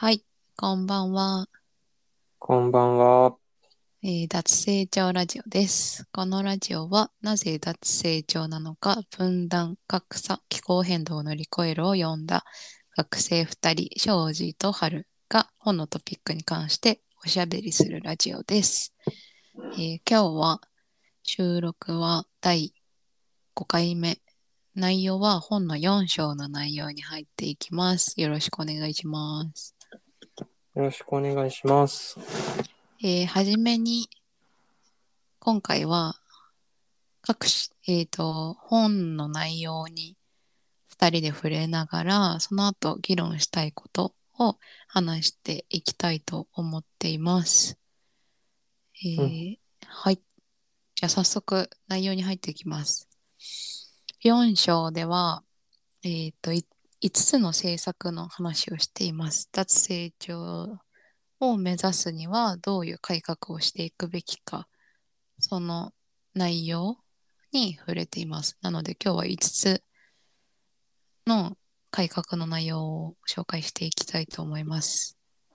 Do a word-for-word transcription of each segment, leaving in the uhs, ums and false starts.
はい、こんばんは。 こんばんは。 えー脱成長ラジオです。このラジオは、なぜ脱成長なのか、分断、格差、気候変動を乗り越えるを読んだ学生ふたり、庄司と春が本のトピックに関しておしゃべりするラジオです。えー今日は収録はだいごかいめ。内容は本のよん章の内容に入っていきます。よろしくお願いします。 よろしくお願いします。 えーはじめに、今回は各し、えっと、本の内容に二人で触れながら、その後議論したいことを話していきたいと思っています。えうん。 ーはい。じゃあ早速内容に入っていきます。よん章では、えっと、いいつつの政策の話をしています。脱成長を目指すにはどういう改革をしていくべきか、その内容に触れています。なので今日はいつつの改革の内容を紹介していきたいと思います。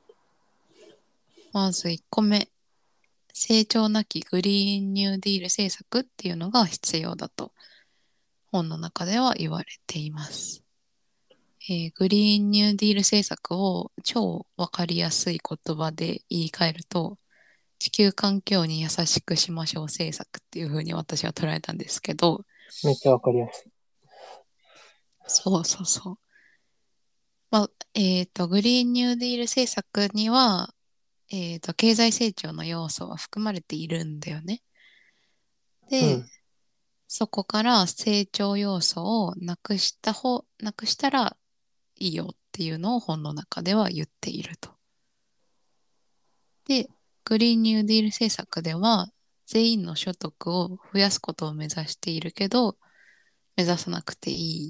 まずいっこめ、成長なきグリーンニューディール政策っていうのが必要だと本の中では言われています。えーグリーンニューディール政策を超わかりやすい言葉で言い換えると、地球環境に優しくしましょう政策っていう風に私は捉えたんですけど、 めっちゃわかりやすい。 そうそうそう。まあ、えっと、グリーンニューディール政策には、えっと、経済成長の要素は含まれているんだよね。で、 うん。 そこから成長要素をなくした方、なくしたらいいよっていうのを本の中では言っていると。で、グリーンニューディール政策では、全員の所得を増やすことを目指しているけど、目指さなくていい。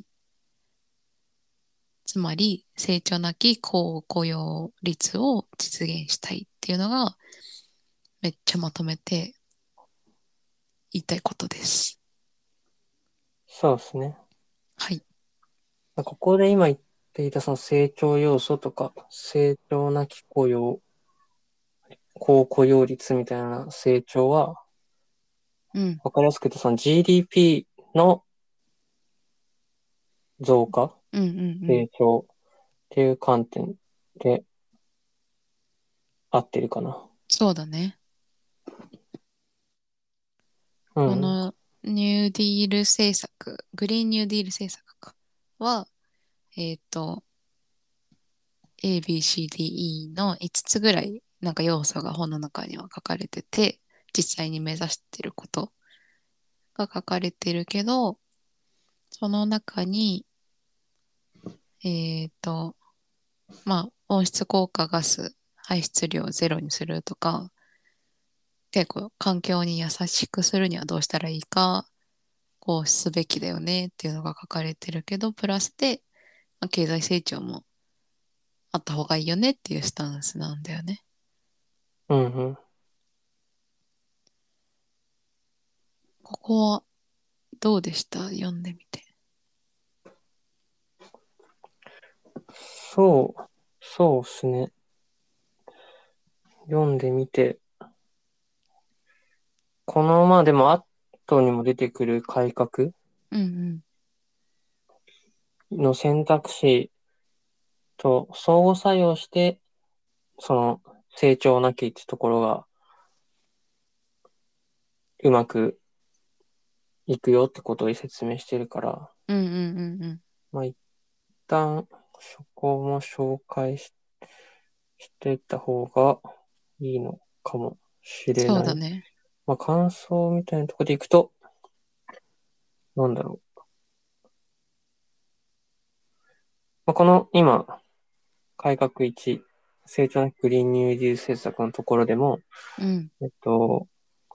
つまり、成長なき高雇用率を実現したいっていうのが、めっちゃまとめて言いたいことです。 そうですね。 はい。 ここで今言っていたその成長要素とか、成長なき雇用、高雇用率みたいな成長は、 うん。 わかりやすく言うとその ジーディーピー の増加、 うんうんうん。 成長っていう観点で合ってるかな。 そうだね。 うん。 このニューディール政策、グリーンニューディール政策かは、えっと、A、B、C、D、E のいつつぐらいなんか要素が本の中には書かれてて、実際に目指してることが書かれてるけど、その中に、えっと、まあ、温室効果ガス排出量をゼロにするとか、結構環境に優しくするにはどうしたらいいか、こうすべきだよねっていうのが書かれてるけど、プラスで、まあ、経済成長もあった方がいいよねっていうスタンスなんだよね。 うんうん。 ここはどうでした読んでみて。 そう、そうですね。読んでみて、このまあでも後にも出てくる改革うんうん。 の選択肢と相互作用して、その成長なきってところがうまくいくよってことを説明してるから、 うんうんうんうん。 まあ一旦そこも紹介し、していった方がいいのかもしれない。 そうだね。 まあ感想みたいなところでいくと、なんだろう。まあ、この今、改革いち、成長なきグリーンニューディール政策のところでも、 うん。 えっと、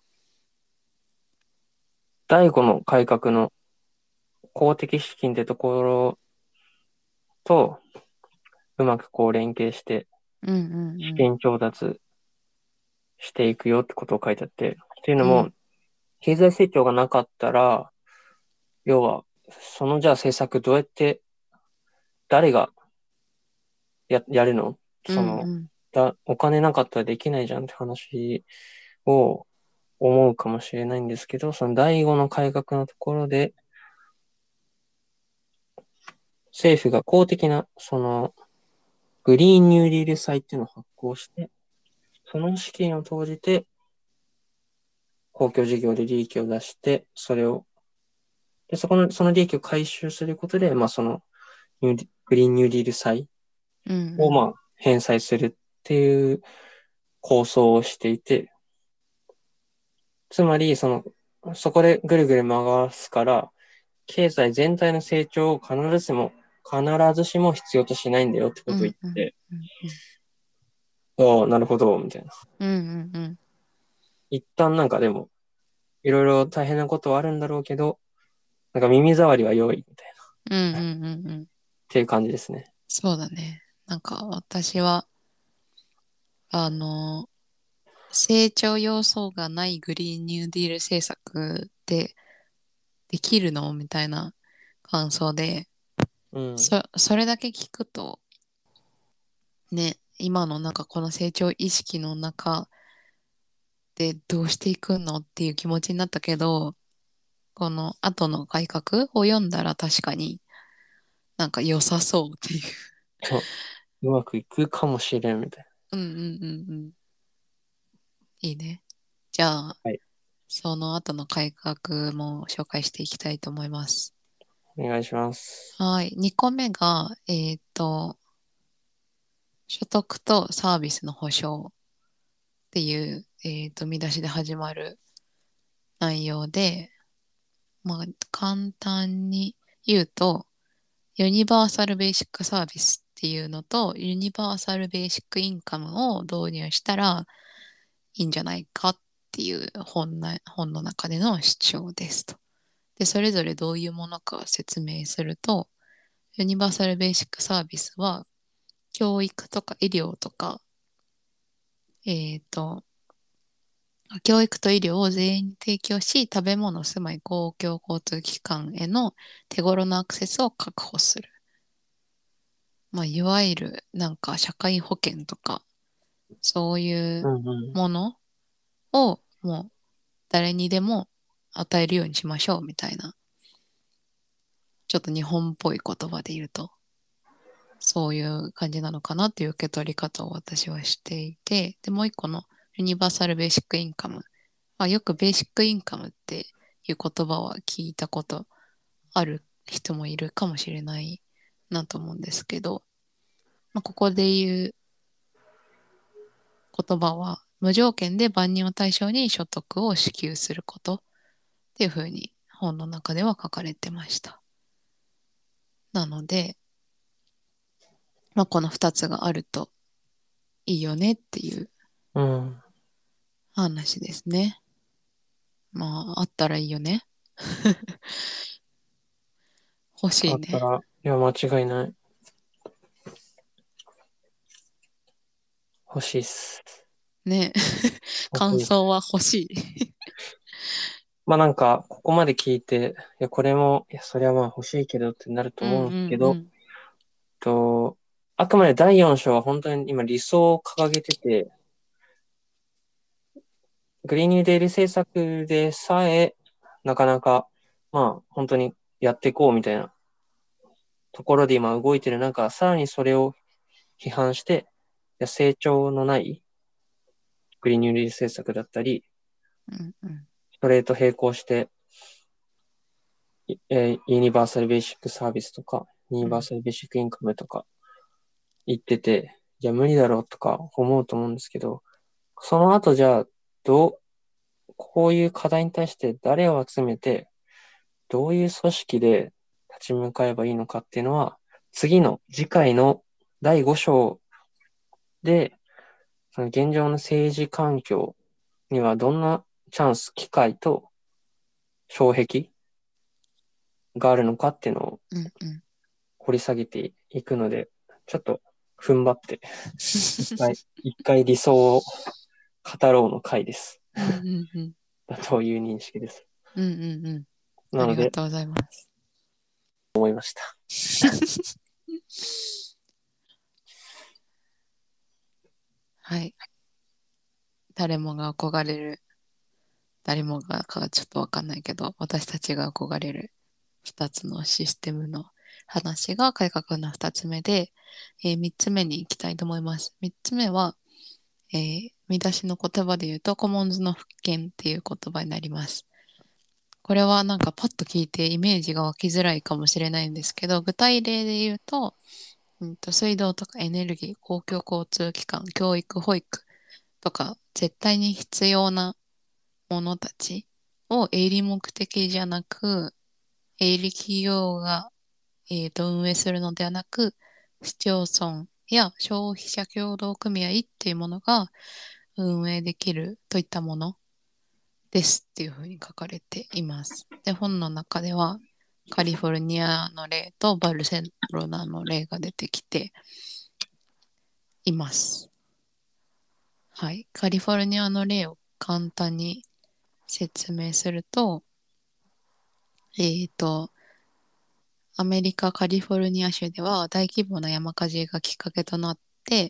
第五の改革の公的資金ってところとうまくこう連携してうんうんうん。 資金調達していくよってことを書いてあって、っていうのも、 うん。 経済成長がなかったら、要は、そのじゃあ政策どうやって誰がや、やるのっその、 うんだ、お金なかったらできないじゃんって話を思うかもしれないんですけど、その第五の改革のところで、政府が公的な、その、グリーンニューディール債っていうのを発行して、その資金を投じて、公共事業で利益を出して、それを、で、そこの、その利益を回収することで、まあ、その、ニューディグリーンニューディール債うんうを、 んまあ、返済するっていう構想をしていて、つまり、その、そこでぐるぐる回すから、経済全体の成長を必ずしも、必ずしも必要としないんだよってことを言うんうんって、 うんうんああ、なるほど、みたいな。 うんうんうん一旦なんかでも、いろいろ大変なことはあるんだろうけど、なんか耳障りは良い、みたいな、っうんうんうんうん。 ていう感じですね。 そうだね。なんか私は、あの、成長要素がないグリーンニューディール政策でできるのみたいな感想で、 うん。 そ、それだけ聞くと、ね、今のなんかこの成長意識の中でどうしていくのっていう気持ちになったけど、この後の改革を読んだら確かになんか良さそうっていう。 そう。うまくいくかもしれん、みたいうんうんうんうん。いいね。じゃあ、 な。はい。 その後の改革も紹介していきたいと思います。 お願いします。 はい。にこめが、えっと、所得とサービスの保障っていう、えっと、見出しで始まる内容で、まあ、簡単に言うと、ユニバーサルベーシックサービスっていうのと、ユニバーサルベーシックインカムを導入したらいいんじゃないかっていう本な本の中での主張ですと。で、それぞれどういうものか説明すると、ユニバーサルベーシックサービスは、教育とか医療とか、えっと、教育と医療を全員に提供し、食べ物、住まい、公共交通機関への手頃なアクセスを確保する。まあ、いわゆるなんか社会保険とか、そういううんうん。 ものをもう誰にでも与えるようにしましょうみたいな、ちょっと日本っぽい言葉で言うと、そういう感じなのかなっていう受け取り方を私はしていて、で、もう一個のユニバーサルベーシックインカム。まあ、よくベーシックインカムっていう言葉は聞いたことある人もいるかもしれないなと思うんですけど、まあ、ここで言う言葉は無条件で万人を対象に所得を支給することっていうふうに本の中では書かれてました。なので、まあ、この二つがあるといいよねっていううん。 話ですね。まあ、あったらいいよね。欲しいね。 あったら、いや、間違いない。欲しいっす。 ね。 欲しいっす。 感想は欲しい。 まあなんか、ここまで聞いて、いや、これも、いや、それはまあ欲しいけどってなるとうんう思うんですけど、 んと、あくまでだいよん章は本当に今理想を掲げてて、グリーンニューデール政策でさえ、なかなか、まあ本当にやっていこうみたいなところで今動いてる中、さらにそれを批判して、いや成長のないグリーンニューデール政策だったり、 うんうんそれと並行して、えーユニバーサルベーシックサービスとか、ユニバーうんサルベーシックインカムとか言ってて、いや無理だろうとか思うと思うんですけど、その後じゃあ、どう、こういう課題に対して誰を集めて、どういう組織で立ち向かえばいいのかっていうのは、次の次回のだいご章で、その現状の政治環境にはどんなチャンス、機会と障壁があるのかっていうのをうんうん。 掘り下げていくので、ちょっと踏ん張って、一回、一回理想を語ろうの回です。 うんうんうん。 だという認識です。 うんうんうん。あなので、 りがとうございます。 思いました。 はい。誰もが憧れる、誰もがかちょっとわかんないけど、私たちが憧れる二つのシステムの話が改革の二つ目で、えー、三つ目に行きたいと思います。三つ目は、えー見出しの言葉で言うと、コモンズの復権っていう言葉になります。これはなんかパッと聞いてイメージが湧きづらいかもしれないんですけど、具体例で言うと、うんと、水道とかエネルギー、公共交通機関、教育、保育とか、絶対に必要なものたちを営利目的じゃなく、営利企業が、えーと運営するのではなく、市町村や消費者協同組合っていうものが運営できるといったものですっていうふうに書かれています。で、本の中ではカリフォルニアの例とバルセロナの例が出てきています。はい。カリフォルニアの例を簡単に説明すると、えっと、アメリカ・カリフォルニア州では大規模な山火事がきっかけとなって、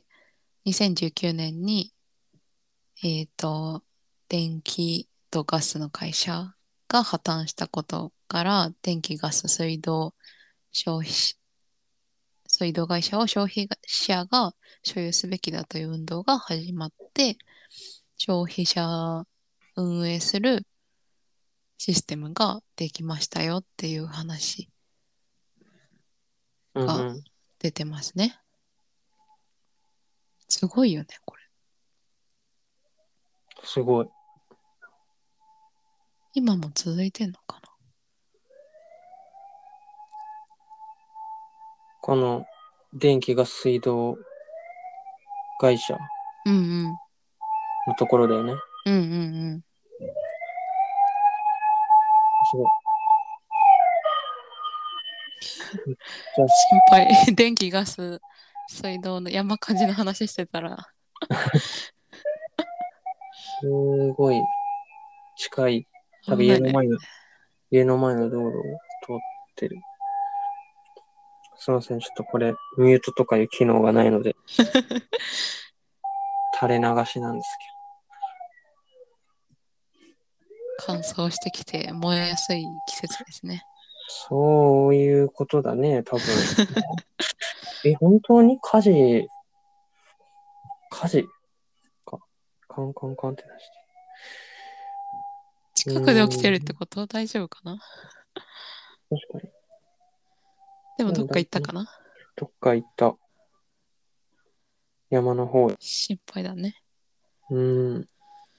にせんじゅうきゅうねんに、えっと、電気とガスの会社が破綻したことから、電気、ガス、水道、消費し、水道会社を消費者が所有すべきだという運動が始まって、消費者運営するシステムができましたよっていう話がうんうん。 出てますね。すごいよね、これ。 すごい。 今も続いてんのかな。 この電気ガス水道会社うんうん。 のところだよね。 うんうんうん。 すごい。じゃあ、 心配。電気、ガス、水道の山火事の話してたらすごい近い、多分危ないね。 家の前の、家の前の道路を通ってる。すいません、ちょっとこれ、ミュートとかいう機能がないので、垂れ流しなんです乾燥してきて燃えやすい季節ですね。 けど。そういうことだね、多分。え、本当に火事、火事か。カンカンカンって出して。う近くで起きてるってーん、 こと大丈夫かな。 確かに。 でもどっかでも大体、 行ったかな。 どっか行った。山の方へ。 心配だね。 うーん、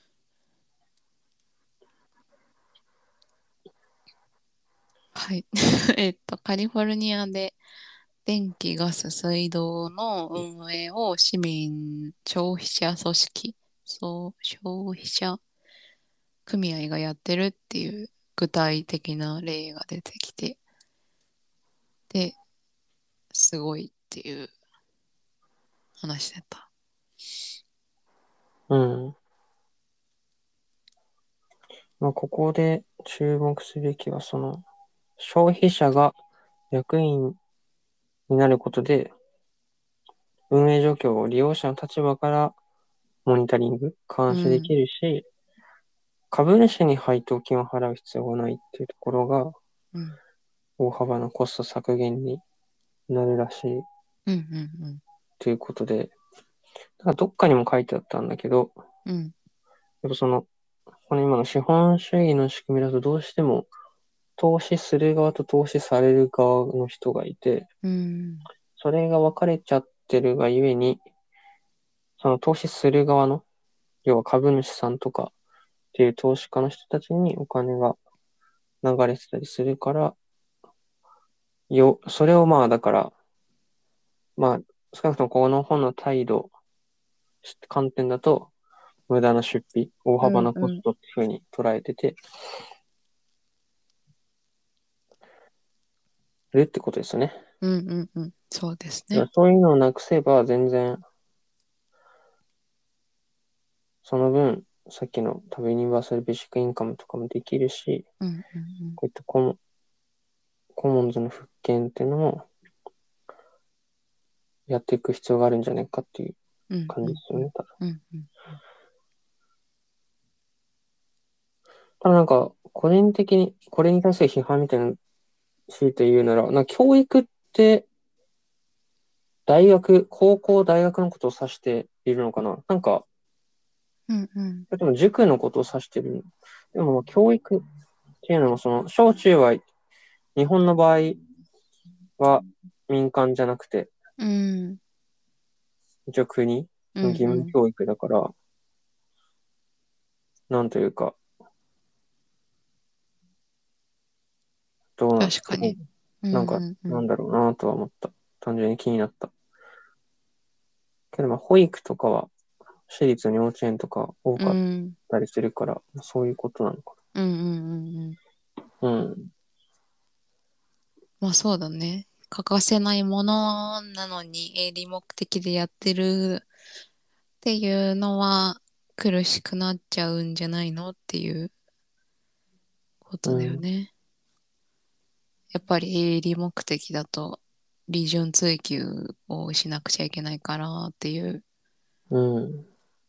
はい。えっと、カリフォルニアで電気、ガス、水道の運営を市民、消費者組織、そう、消費者組合がやってるっていう具体的な例が出てきて、で、すごいっていう話だった。 うん。まあ、ここで注目すべきは、その、消費者が役員になることで、運営状況を利用者の立場からモニタリング、監視できうん、 るし、株主に配当金を払う必要がないっていうところが、 うん、 大幅なコスト削減になるらしいうん、うん、 ということで、なんかどっかにも書いてあったんだけど、 うん、 やっぱその、この今の資本主義の仕組みだとどうしても投資する側と投資される側の人がいて、 うん、 それが分かれちゃってるがゆえに、その投資する側の、要は株主さんとかっていう投資家の人たちにお金が流れてたりするから、よ、それをまあだから、まあ少なくともこの本の態度、観点だと、無駄な出費、大うん、 幅なコうん、 ストっていうふうに捉えててるってことですよね。 うん、うん、うん、そうですね。 だからそういうのをなくせば全然、その分、さっきの多分ユニバーサルベーシックインカムとかもできるし、 うん、うん、 こういったコモコモンズの復権っていうのもやっていく必要があるんじゃないかっていううん感じですよね、多分。 うんうんただなんか、個人的に、これに対する批判みたいなの強いて言うなら、なんか教育って、大学、高校、大学のことを指しているのかな。なんか、 うんうんそれとも塾のことを指している。でも、教育っていうのも、その、小中は、日本の場合は民間じゃなくて、 うん一応国うんの義務うん教育だから、なんというか、どうな、どう確かに。うんなんか、 うんうんなんだろうなとは思った。単純に気になった。けど、まあ、保育とかは、私立の幼稚園とか多うかっんたりするから、そういうことなのかうんうんうんうん。 な。うん。 まあそうだね。欠かせないものなのに営利目的でやってるっていうのは苦しくなっちゃうんじゃないのっていうことだようん。 ね。やっぱり営利目的だと利潤追求をしなくちゃいけないからっていううん。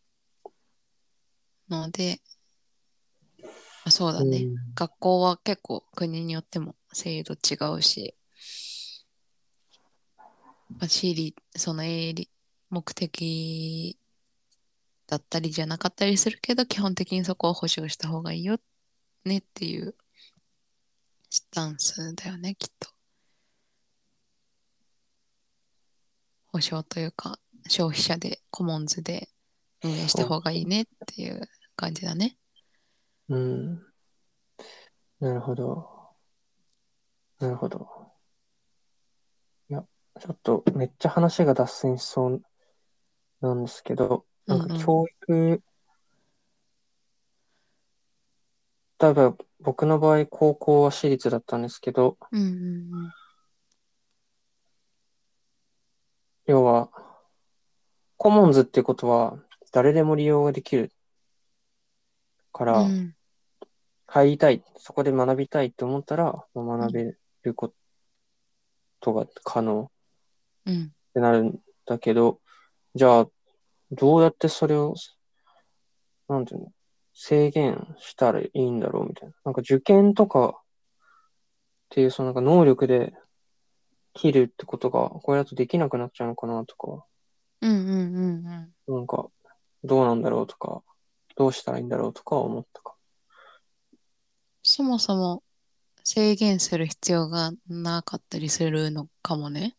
ので、まあ、そうだね。 うん。 学校は結構国によっても制度違うし、まあ、私立、その営利目的だったりじゃなかったりするけど、基本的にそこを保障した方がいいよねっていうスタンスだよね、きっと。保障というか、消費者で、コモンズで運営したそう方がいいそねっていう感じだね。 う。うん。なるほど。なるほど。いや、ちょっとめっちゃ話が脱線しそうなんですけど、なんかうんうん。 教育、例えば僕の場合高校は私立だったんですけど、 うんうん要はコモンズってことは誰でも利用ができるかうん。うら、 ん入りたい、そこで学びたいって思ったら、まあ学べることが可能っうんてなるんだけど、じゃあどうやってそれを、なんていうの、制限したらいいんだろうみたいな。なんか受験とかっていう、そのなんか能力で切るってことが、これだとできなくなっちゃうのかなとか、 うんうんうんうん。 なんか、どうなんだろうとか、どうしたらいいんだろうとか思ったか。 そもそも制限する必要がなかったりするのかもね。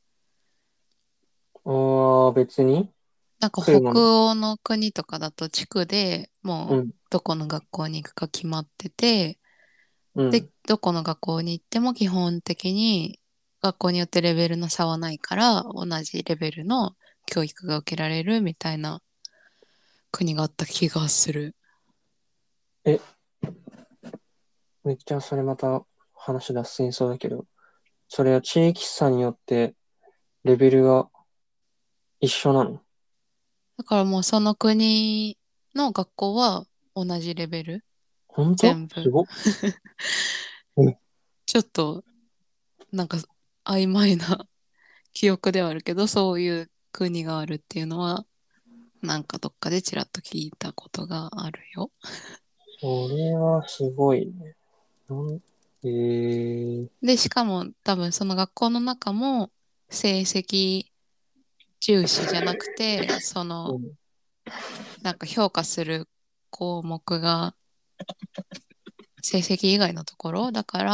ああ、別になんか来るもの。 北欧の国とかだと地区でもううん、 どこの学校に行くか決まってて、で、 うん、 どこの学校に行っても基本的に学校によってレベルの差はないから同じレベルの教育が受けられるみたいな国があった気がする。 え、めっちゃそれまた話脱線しそうだけど、それは地域差によってレベルが一緒なの？ だからもうその国の学校は同じレベル本当全部。 すごっ。え、 ちょっとなんか曖昧な記憶ではあるけど、そういう国があるっていうのはなんかどっかでちらっと聞いたことがあるよ。 それはすごいね。なんえー、 で、しかも多分その学校の中も成績重視じゃなくて、そのうん、 なんか評価する項目が成績以外のところだから、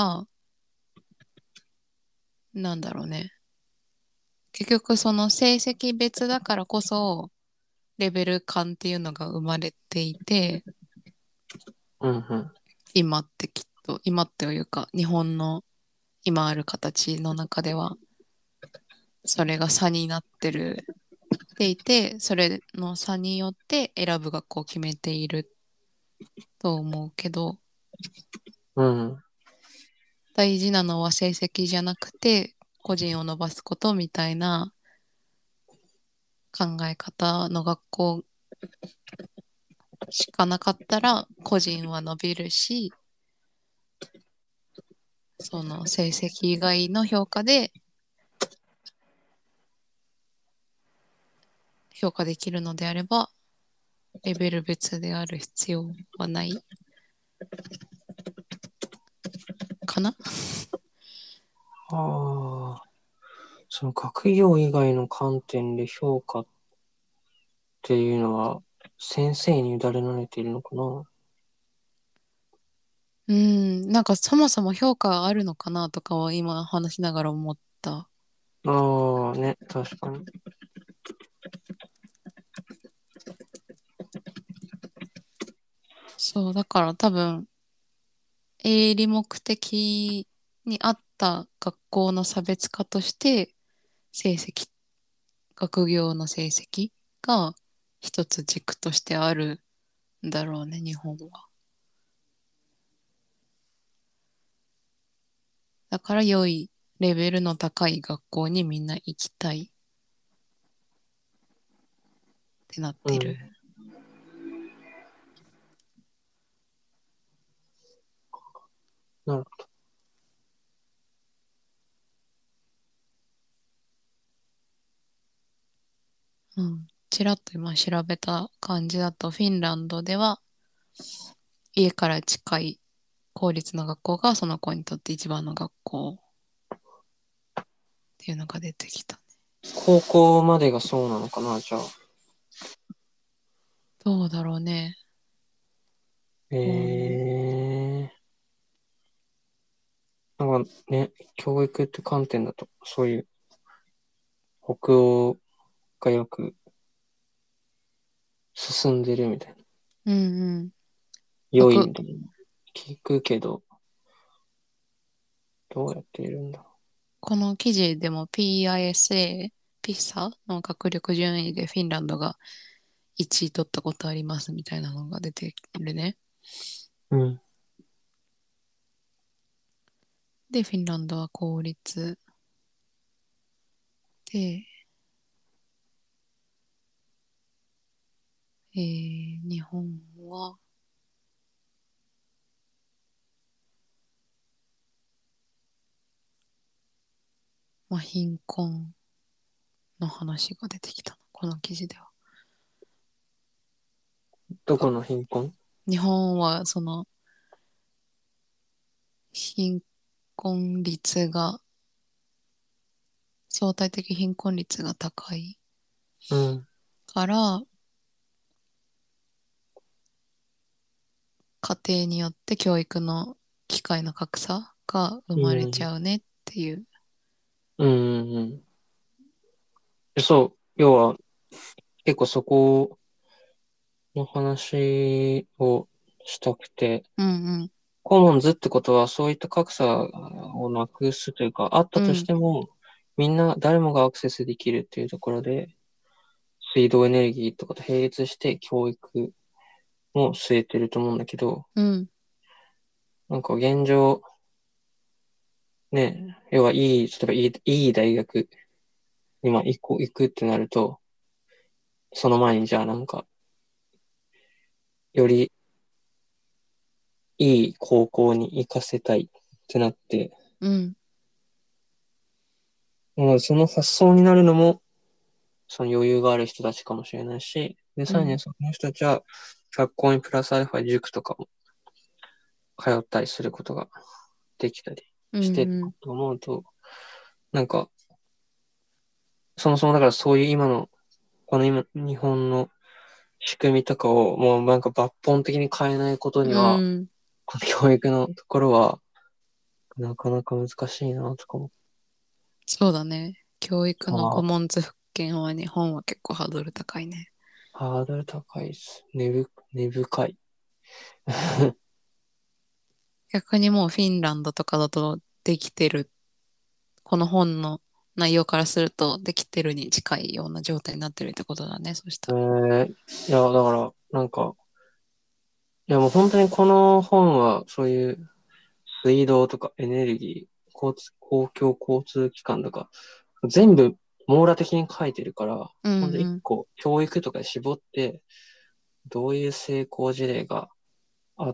なんだろうね。結局その成績別だからこそレベル感っていうのが生まれていて、 うん、うん。 今ってきっと、今っていうか日本の今ある形の中ではそれが差になってるていて、それの差によって選ぶ学校を決めていると思うけど、 うん。 大事なのは成績じゃなくて、個人を伸ばすことみたいな考え方の学校しかなかったら、個人は伸びるし、その成績以外の評価で評価できるのであれば、レベル別である必要はないかな。 ああ、その学業以外の観点で評価っていうのは、先生に委ねられているのかな。 うん、なんかそもそも評価あるのかなとかは今話しながら思った。 ああ、ね、確かに。 そう、だから多分、営利目的に合った学校の差別化として、成績、学業の成績が一つ軸としてあるんだろうね、日本は。だから良いレベルの高い学校にみんな行きたいってなってる。 うん。なるほうん。ちらっと今調べた感じだと、フィンランドでは家から近い公立の学校がその子にとって一番の学校っていうのが出てきた。 ど。高校までがそうなのかな、じゃあ。 どうだろうね。 えうん、 えー、なんかね、教育って観点だと、そういう北欧がよく進んでるみたいな。 うんうん。 良い僕、 みたいな。聞くけど、どうやっているんだろこの記事でも ピーアイエスエー、ピッサの学力順位でフィンランドがいちい取ったことありますみたいなのが出てるね。 う。うん。 で、フィンランドは公立で、えー、日本は、まあ、貧困の話が出てきたの、この記事では。がどこの貧困？ 日本はその貧困率が、相対的貧困率が高いうん。 から、家庭によって教育の機会の格差が生うまれちん。 ゃうねっていう。 うん。うん。そう。要は、結構そこの話をしたくて、 うんうんコモンズってことは、そういった格差をなくすというか、あったとしうんても、みんな、誰もがアクセスできるっていうところで、水道エネルギーとかと並列して教育も据えてると思うんだけど、 うんなんか現状、ね、要はいい、例えばいい、いい大学にまあ行く、行くってなると、その前にじゃあなんか、よりいい高校に行かせたいってなって、 うんまあ、その発想になるのも、その余裕がある人たちかもしれないし、で、さらにうんその人たちは、学校にプラスアルファ塾とかも通ったりすることができたりうんしてるうんと思うと、なんか、そもそもだからそういう今の、この今、日本の仕組みとかをもうなんか抜本的に変えないことにうは、 ん。 この教育のところは、なかなか難しいなとかも。 そうだね。教育のああ、 コモンズ復権は日本は結構ハードル高いね。 ハードル高いです。根ぶ、根深い。 逆にもうフィンランドとかだとできてる、この本の内容からするとできてるに近いような状態になってるってことだね、そしたえら。 ー、いや、だから、なんか、いやもう本当にこの本は、そういう水道とかエネルギー、交通、公共交通機関とか、全部網羅的に書いてるから、 うんほんと一うん。 個教育とかで絞って、どういう成功事例があって、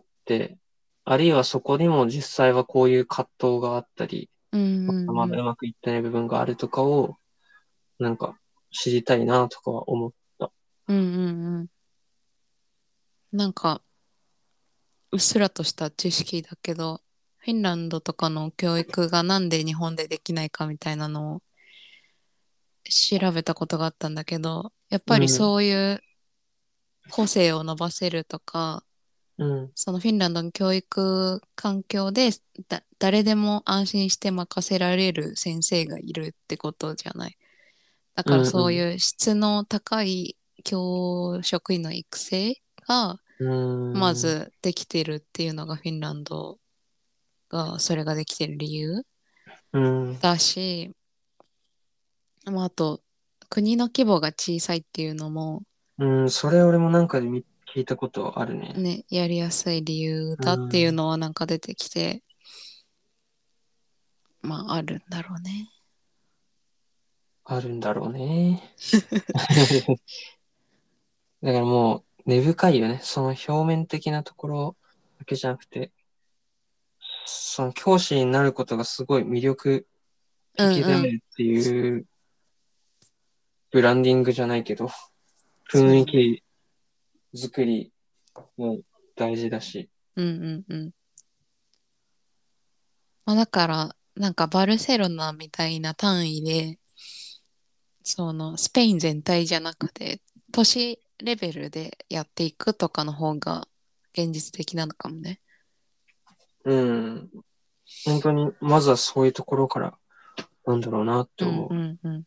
あるいはそこにも実際はこういう葛藤があったり、 うんうまだまんうん。 だうまくいってない部分があるとかを、なんか知りたいなとかは思った。 うんうんうん。なんか、うっすらとした知識だけど、フィンランドとかの教育がなんで日本でできないかみたいなのを調べたことがあったんだけど、やっぱりうん、 そういう個性を伸ばせるとか、 うん、 そのフィンランドの教育環境でだ誰でも安心して任せられる先生がいるってことじゃない。だからうん、うそういう質の高い教職員の育成がまん、うーん、 ずできてるっていうのがフィンランドがそれができてる理由うん、 だし、まあ、あと国の規模が小さいっていうのもうん、それ俺もなんかで見聞いたことあるね。 ね、やりやすい理由うだっていうん、 のはなんか出てきて、まああるんだろうね。 あるんだろうね。だからもう根深いよね。その表面的なところだけじゃなくて、その教師になることがすごい魅力的であうんうん。 るっていうブランディングじゃないけど、雰囲そうね。 気作りも大事だし。 うんうんうん。まあだから、なんかバルセロナみたいな単位で、そのスペイン全体じゃなくて、都市レベルでやっていくとかの方が現実的なのかもね。 うん。本当に、まずはそういうところからなんだろうなってうんう思んうん。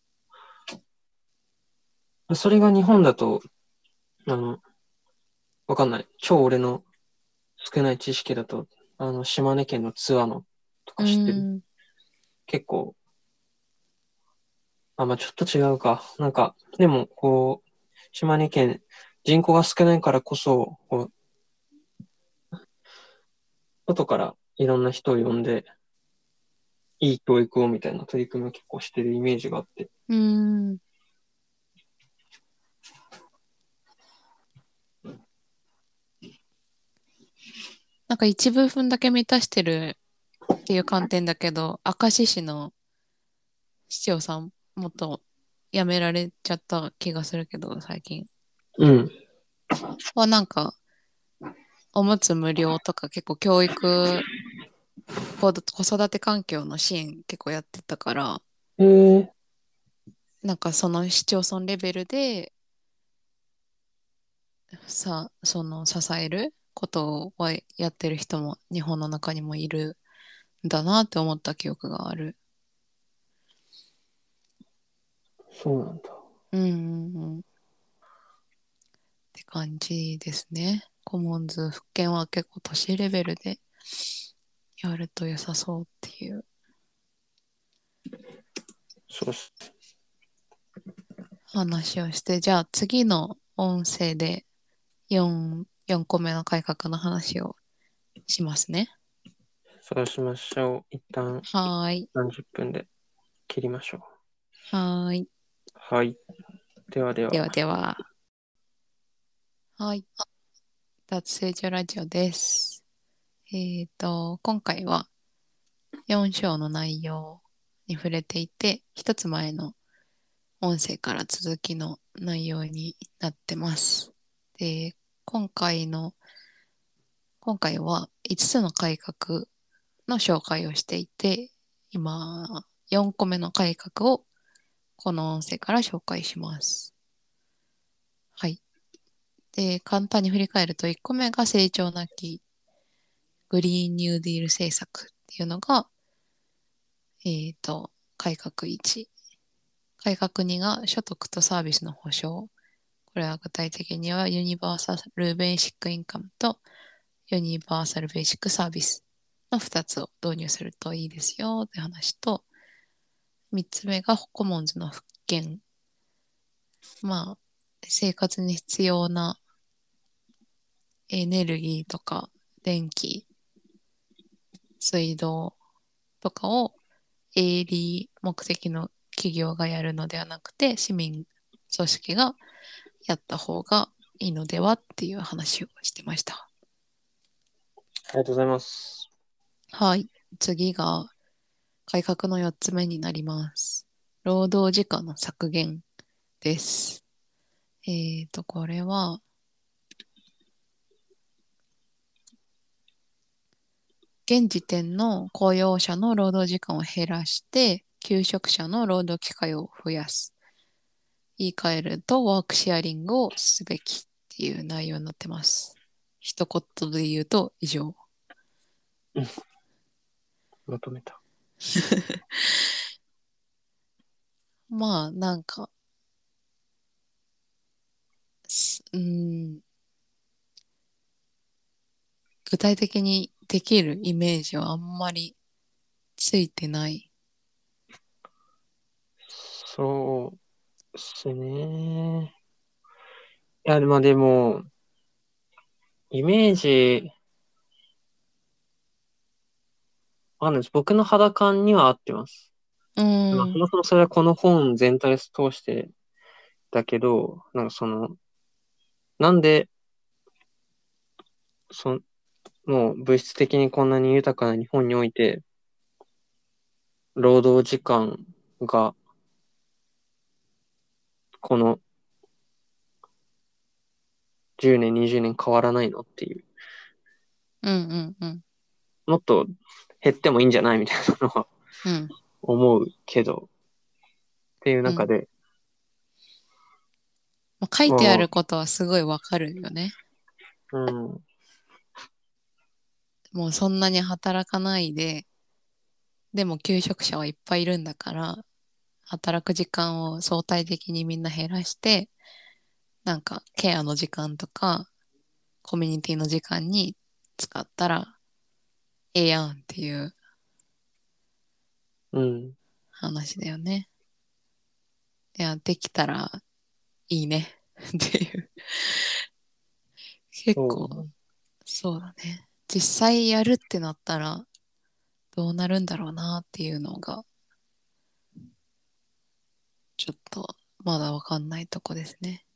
う。それが日本だと、あの、わかんない。超俺の少ない知識だと、あの、島根県の津和野とうか知ってる？ ん結構、あ、まあちょっと違うか。なんか、でも、こう、島根県、人口が少ないからこそ、こう、外からいろんな人を呼んで、いい教育をみたいな取り組みを結構してるイメージがあって。 うん。うん。なんか一部分だけ満たしてるっていう観点だけど、明石市の市長さん、もっと辞められちゃった気がするけど、最近。 うん。 はなんか、おむつ無料とか結構教育、子子育て環境の支援結構やってたから、 えー、 なんかその市町村レベルでさ、その支えることをやってる人も日本の中にもいるんだなって思った記憶がある。 そうなんだ。 うんうんうん。って感じですね。コモンズ、復権は結構都市レベルでやると良さそうっていうそうっす。 話をして、じゃあ次の音声でよん、よんこめの改革の話をしますね。 そうしましょう。一旦はーい。 さんじゅっぷんで切りましょう。 はーい。 はい。ではでは。 ではでは。はい。脱成長ラジオです。えっと、今回はよん章の内容に触れていて、一つ前の音声から続きの内容になってます。で、今回の、今回はいつつの改革の紹介をしていて、今、よんこめの改革をこの音声から紹介します。はい。で、簡単に振り返ると、いっこめが成長なきグリーンニューディール政策っていうのが、えっと、改革いち。改革にが所得とサービスの保障。これは具体的にはユニバーサルベーシックインカムとユニバーサルベーシックサービスのふたつを導入するといいですよって話と、みっつめがコモンズの復権。まあ、生活に必要なエネルギーとか電気、水道とかを営利目的の企業がやるのではなくて、市民組織がやった方がいいのではっていう話をしてました。 ありがとうございます。 はい。次が改革のよっつめになります。労働時間の削減です。 えっと、これは、現時点の雇用者の労働時間を減らして、求職者の労働機会を増やす。言い換えると、ワークシェアリングをすべきっていう内容になってます。一言で言うと以上。 まとめた。 まあ、なんか、うん、具体的にできるイメージはあんまりついてない。 そうですね。いや、まあでも、イメージ、あるんです。僕の肌感には合ってます。 うまあ、そん、 もそもそれはこの本全体を通してだけど、なんかその、なんで、そ、もう物質的にこんなに豊かな日本において、労働時間が、このじゅうねん、にじゅうねん変わらないのっていう。 うん、うん、うん、 もっと減ってもいいんじゃないみたいなのはうん、 思うけど、っていううん。 中で、 まあ、書いてあもることはすごいわかるよね。 う、うん、 もうそんなに働かないで、でも求職者はいっぱいいるんだから、働く時間を相対的にみんな減らして、なんかケアの時間とか、コミュニティの時間に使ったらええやんっていううん、 話だよね。いや、できたらいいねっていう。結構、 そう、 そうだね。実際やるってなったらどうなるんだろうなっていうのが、ちょっとまだわかんないとこですね。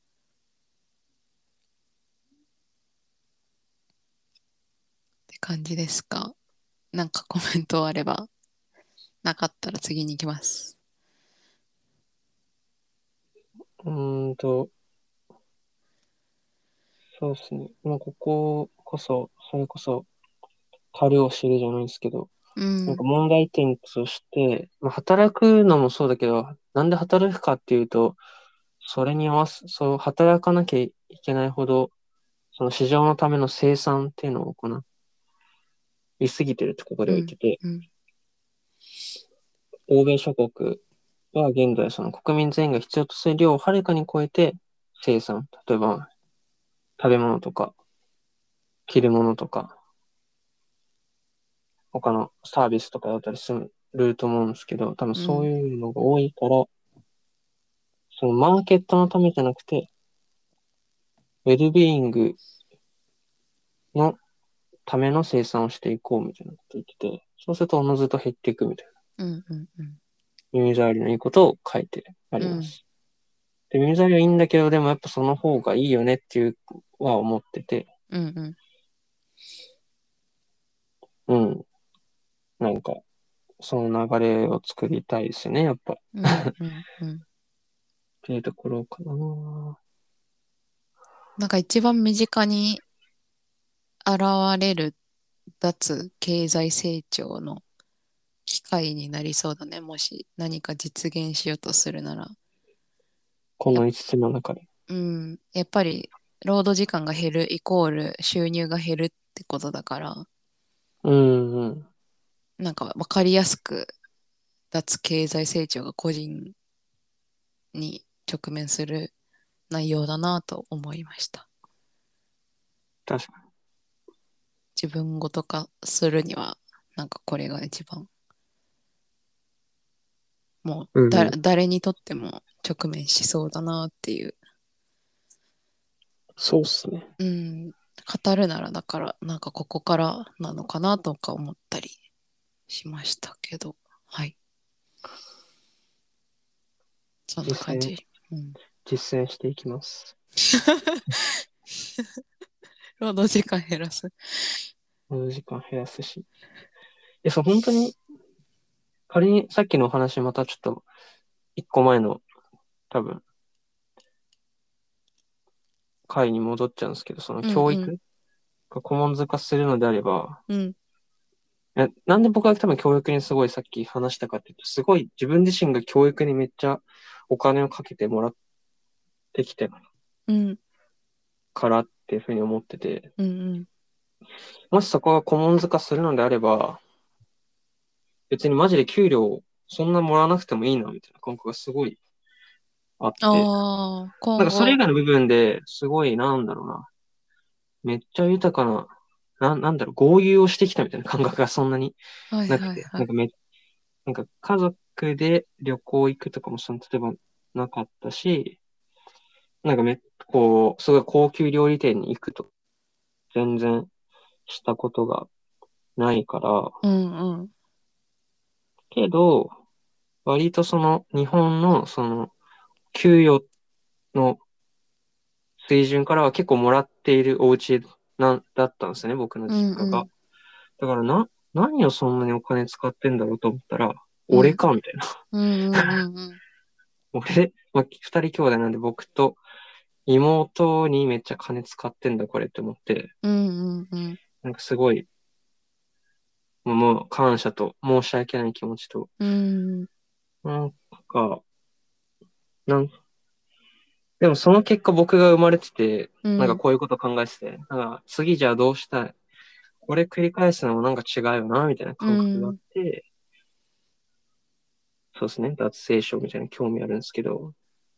って感じですか。なんかコメントあれば、なかったら次に行きます。 うーんと、そうですね。まあ、こここそ、それこそ、樽を知るじゃないですけど、なんかうん、 問題点として、まあ、働くのもそうだけど、なんで働くかっていうと、それに合わす、そう、働かなきゃいけないほど、その市場のための生産っていうのを行いすぎてるってここでうん、 は言ってて、 うん、 欧米諸国は現在その国民全員が必要とする量をはるかに超えて生産。例えば食べ物とか着るものとか他のサービスとかだったりすると思うんですけど、多分うん、 そういうのが多いから、そのマーケットのためじゃなくて、ウェルビーイングのための生産をしていこうみたいなこと言ってて、そうするとおのずと減っていくみたいうん、うん、うん、 な耳障りのいいことを書いてあうん、 ります。で、耳障りはいいんだけど、でもやっぱその方がいいよねっていうは思ってて、 うん、うん、 うん。なんか、その流れを作りたいですね、やっぱ。っうん、うん、うん。 ていうところかな。 なんか一番身近に現れる脱経済成長の機会になりそうだね。もし何か実現しようとするなら。や、 このいつつの中で。 うん、やっぱり労働時間が減るイコール収入が減るってことだから、 うん、うん。 なんかわかりやすく脱経済成長が個人に直面する内容だなと思いました。 確か自分ごと化するには、なんかこれが一番、もうに。うだん。 誰にとっても直面しそうだなっていう。 そうっすね。 うん、語るならだからなんかここからなのかなとか思ったりしましたけど、はい、そんな実践、 感じ。うん、 実践していきます。 労働時間減らす。 この時間減らすし。え、そう、本当に、仮にさっきのお話またちょっと、一個前の、多分、 回に戻っちゃうんですけど、そのうん教育が顧問図化するのであれば、 うん。 えなんで僕は多分教育にすごいさっき話したかっていうと、すごい自分自身が教育にめっちゃお金をかけてもらってきてうん。 からっていうふうに思ってて、 うんうん。 もしそこが顧問図化するのであれば、別にマジで給料そんなもらわなくてもいいなみたいな感覚がすごいあって、 ああ、 なんかそれ以今後。 外の部分ですごいなんだろうな、めっちゃ豊かな、な、なんだろう、豪遊をしてきたみたいな感覚がそんなにはいなくて、 はいはい。 なんかめ、なんか家族で旅行行くとかもその、例えばなかったし、なんかめ、こう、すごい高級料理店に行くと全然したことがないから、 うんうん。 けど、割とその日本のその給与の水準からは結構もらっているお家なんだったんですよね、僕のうん実家が。 うん。 だからな、何をそんなにお金使ってんだろうと思ったら、 うん。 俺かみたいな。 うんうんうんうん。 俺、まあ、二人兄弟なんで僕と妹にめっちゃ金使ってんだこれって思って、 うんうんうん。 なんかすごい、もうもう感謝と申し訳ない気持ちと、 うんなんか、なんでもその結果僕が生まれてて、なんかうん。 こういうこと考えてて、なんか次じゃあどうしたいこれ繰り返すのもなんか違うよな、みたいなう感覚があっん。 て、そうですね、脱聖書みたいな興味あるんですけど、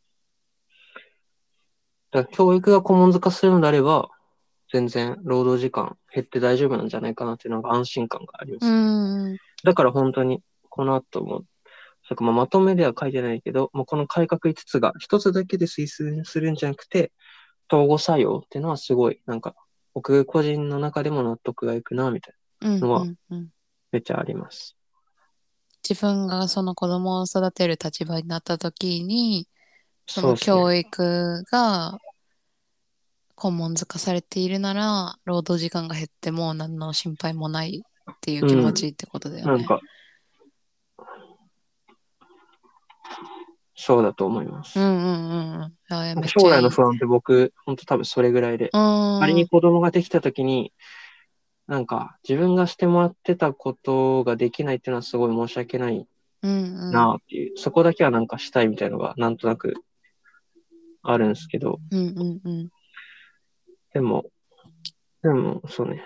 だから教育が顧問づかするのであれば、全然労働時間減って大丈夫なんじゃないかなっていうのが安心感がありまうすね。 ん。 だから本当に、この後も、そまあ、まとめでは書いてないけど、もうこの改革いつつが一つだけで推進するんじゃなくて、統合作用っていうのはすごい、なんか、僕個人の中でも納得がいくな、みたいうんなのはうんうん。 めっちゃあります。 自分がその子供を育てる立場になった時に、そのそうですね。 教育が顧問づかされているなら、労働時間が減っても何の心配もないっていう気持うん。 ちってことだよね。 なんか、そうだと思います。 うんうんうんうん。あ、いやなんかめっち将来の不安っゃいいね。 て僕、本当多分それぐらいで、 う仮にーん。 子供ができた時に、なんか自分がしてもらってたことができないっていうのはすごい申し訳ないうんうんなっていう、そこだけはなんかしたいみたいのがなんとなくあるんですけど、 うんうんうん。 でも、でも、そうね。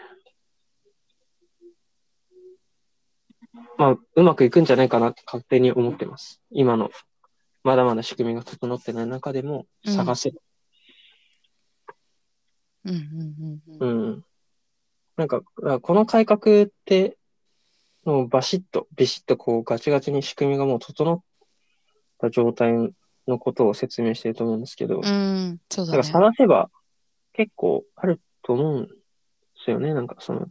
まあ、うまくいくんじゃないかなって勝手に思ってます。今の、まだまだ仕組みが整ってない中でもうん探せば。 うんうんうんうん。 うん。なんか、この改革って、もうバシッと、ビシッとこうガチガチに仕組みがもう整った状態のことを説明してると思うんですけど、 うん、そうだなんかね。 探せば結構あると思うんですよね。なんかその、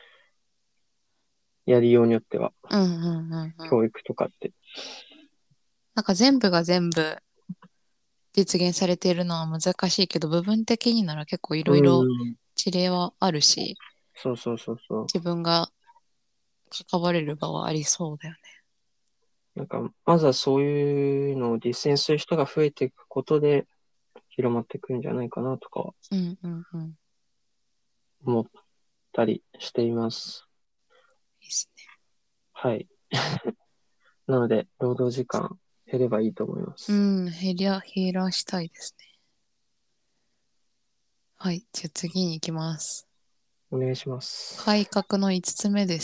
やりようによっては、 うんうんうんうん。 教育とかって。 なんか全部が全部実現されているのは難しいけど、部分的になら結構いうろいろん。 事例はあるし、 そうそうそうそう。 自分が関われる場はありそうだよね。 なんか、まずはそういうのを実践する人が増えていくことで広まっていくんじゃないかなとかうんうんうん。 思ったりしています。 いいっすね。 はい。なので、労働時間減ればいいと思います。 うん、減りゃ、減らしたいですね。はい、じゃあ次に行きます。 お願いします。 改革のいつつめです。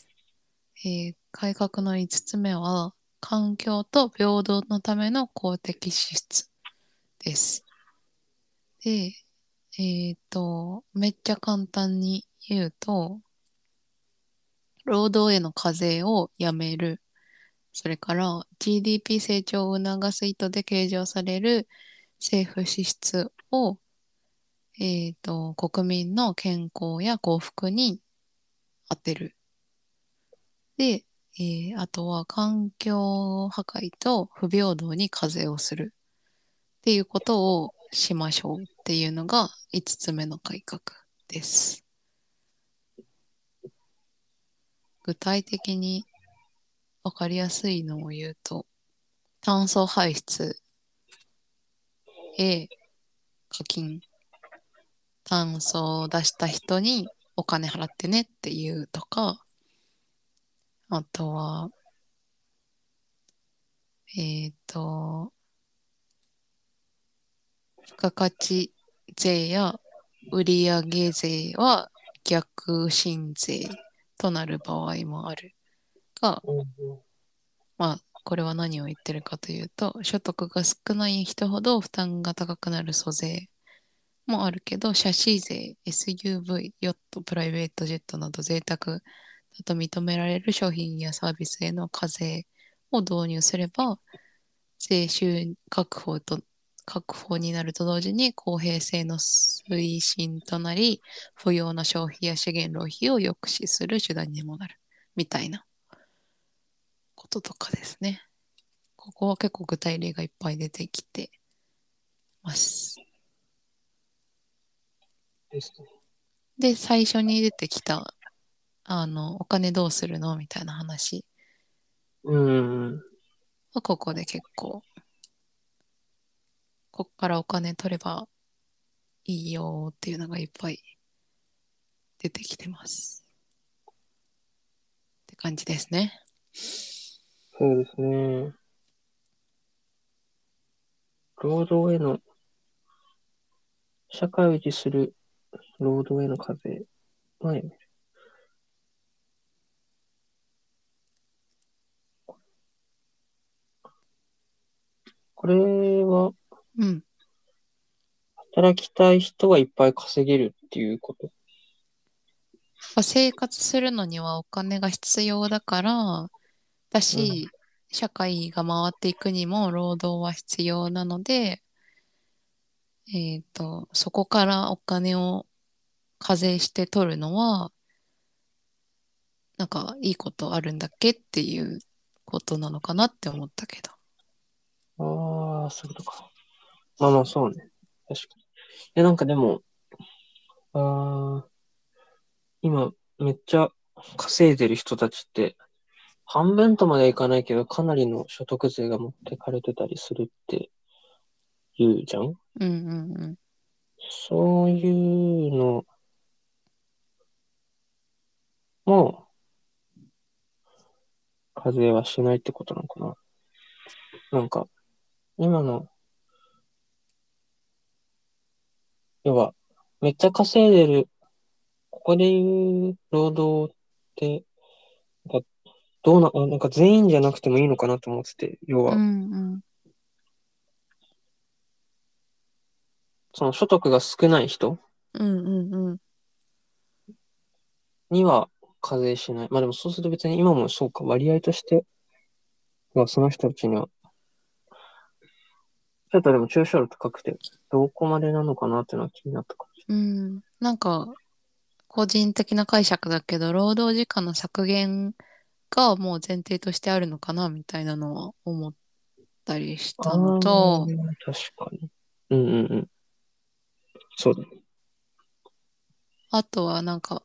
えー改革のいつつめは、環境と平等のための公的支出です。で、えっと、めっちゃ簡単に言うと、労働への課税をやめる。それから ジーディーピー 成長を促す意図で計上される政府支出を、えっと、国民の健康や幸福に当てる。で、えーあとは環境破壊と不平等に課税をするっていうことをしましょうっていうのがいつつめの改革です。具体的にわかりやすいのを言うと、炭素排出へ課金。 炭素を出した人にお金払ってねっていうとか、あとは、えっと、付加価値税や売上税は逆進税となる場合もあるが、 うんうんまあ、これは何を言ってるかというと、所得が少ない人ほど負担が高くなる租税もあるけど、シャシー税、エスユーブイ、ヨット、プライベートジェットなど贅沢だと認められる商品やサービスへの課税を導入すれば、税収確保と、確保になると同時に公平性の推進となり、不要な消費や資源浪費を抑止する手段にもなる。みたいなこととかですね。ここは結構具体例がいっぱい出てきてます。 ですね。 で、最初に出てきた、あの、お金どうするのみたいな話うんうん。 はここで結構、こっからお金取ればいいよっていうのがいっぱい出てきてます。って感じですね。 そうですね。労働への、社会を維持する労働への課税。はい。これは、 うん。 働きたい人はいっぱい稼げるっていうこと。 生活するのにはお金が必要だから、だうん。 し、社会が回っていくにも労働は必要なので、えっと、そこからお金を課税して取るのは、なんかいいことあるんだっけっていうことなのかなって思ったけど。 ああ、そういうことか。まあまあ、そうね。確かに。いや、なんかでも、ああ、今、めっちゃ稼いでる人たちって、半分とまではいかないけど、かなりの所得税が持ってかれてたりするって言うじゃん。 うんうんうん。 そういうのも課税はしないってことなのかな。なんか、今の、要は、めっちゃ稼いでる、ここで言う労働って、なんかどうな、あなんか全員じゃなくてもいいのかなと思ってて、要うは、 んうん。 その所得が少ない人うんうんうん。 には課税しない。まあでもそうすると別に今もそうか、割合としてはその人たちには、ちょっとでも抽象度高くて、どこまでなのかなっていうのは気になったかもしうん。なんか、個人的な解釈だけど、労働時間の削減がもう前提としてあるのかなみたいなのは思ったりしたのれと、 ない。ああ、確かに。うんうんうん。そうだね。 あとはなんか、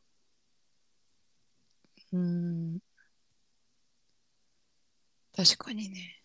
うーん、確かにね。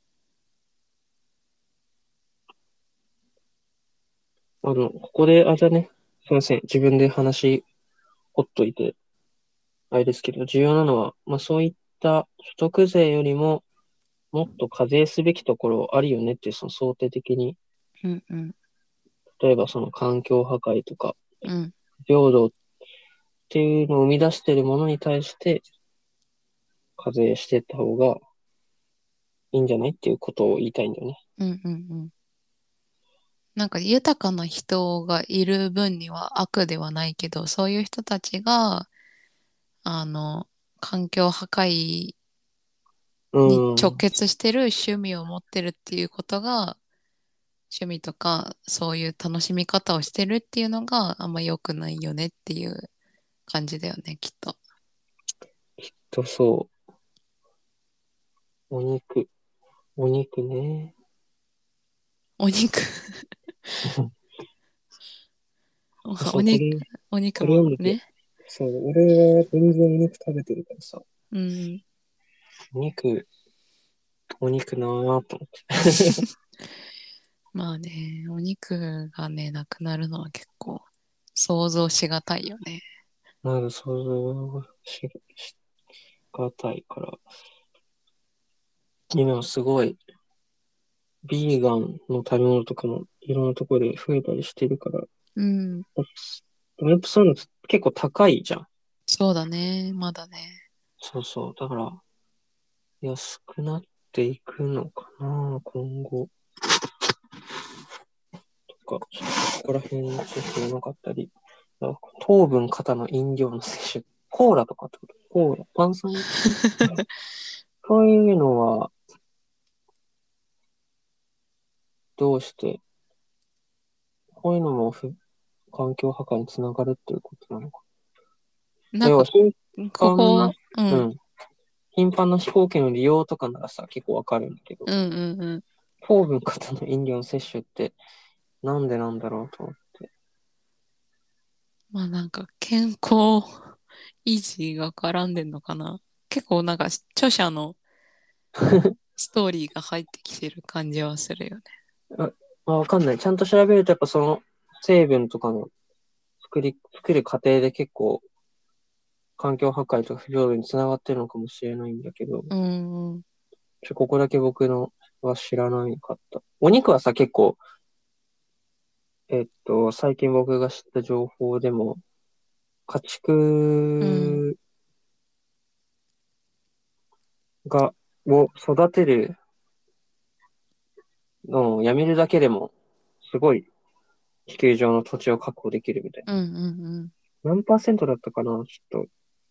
あの、ここで、あれだね。すいません。自分で話、ほっといて、あれですけど、重要なのは、まあそういった所得税よりも、もっと課税すべきところあるよねっていう、その想定的に、 うんうん。 例えばその環境破壊とか、 うん。 平等っていうのを生み出しているものに対して課税していった方がいいんじゃないっていうことを言いたいんだよね。 うんうんうん。なんか豊かな人がいる分には悪ではないけど、そういう人たちが、あの、環境破壊うに直ん。 結してる趣味を持ってるっていうことが、趣味とかそういう楽しみ方をしてるっていうのがあんま良くないよねっていう感じだよね、きっと。 と、そう。お肉。お肉ね。 お肉おそう、こ肉、 れ、 お肉これ読んでて。 もね。 そう、俺は全然お肉食べてるからさ。 うん。 お肉、お肉なぁと思って。 まあね、お肉がね、なくなるのは結構想像しがたいよね。 まだ想像ししがたいから、今すごい、ビーガンの食べ物とかもいろんなところで増えたりしてるから、 うん。 でもやっぱそういうの結構高いじゃん。 そうだね。まだね。 そうそう。だから、安くなっていくのかな、今後。とか、ちょっとここら辺ちょっと知らなかったり。糖分過多の飲料の摂取。コーラとかってこと？コーラ、炭酸そういうのは、どうして、こういうのもふ環境破壊につながるっていうことなのか。 なんか、 要は頻こ繁な、 こ、うん。 うん。頻繁な飛行機の利用とかならさ、結構わかるんだけど、 うんうんうん。 糖分過多の飲料の摂取ってなんでなんだろうと思って。 まあなんか、健康維持が絡んでんのかな。結構なんか、著者のストーリーが入ってきてる感じはするよね。 あ、まあ、わかんない。ちゃんと調べるとやっぱその成分とかの作り、作る過程で結構環境破壊とか不平等につながってるのかもしれないんだけど、 うんうん。 ちょ、ここだけ僕のは知らないかった。お肉はさ、結構、えっと、最近僕が知った情報でも、家うん。 畜が、を育てるのをやめるだけでも、すごい地球上の土地を確保できるみたいうんうんな。何パーセントだったかなちょっと、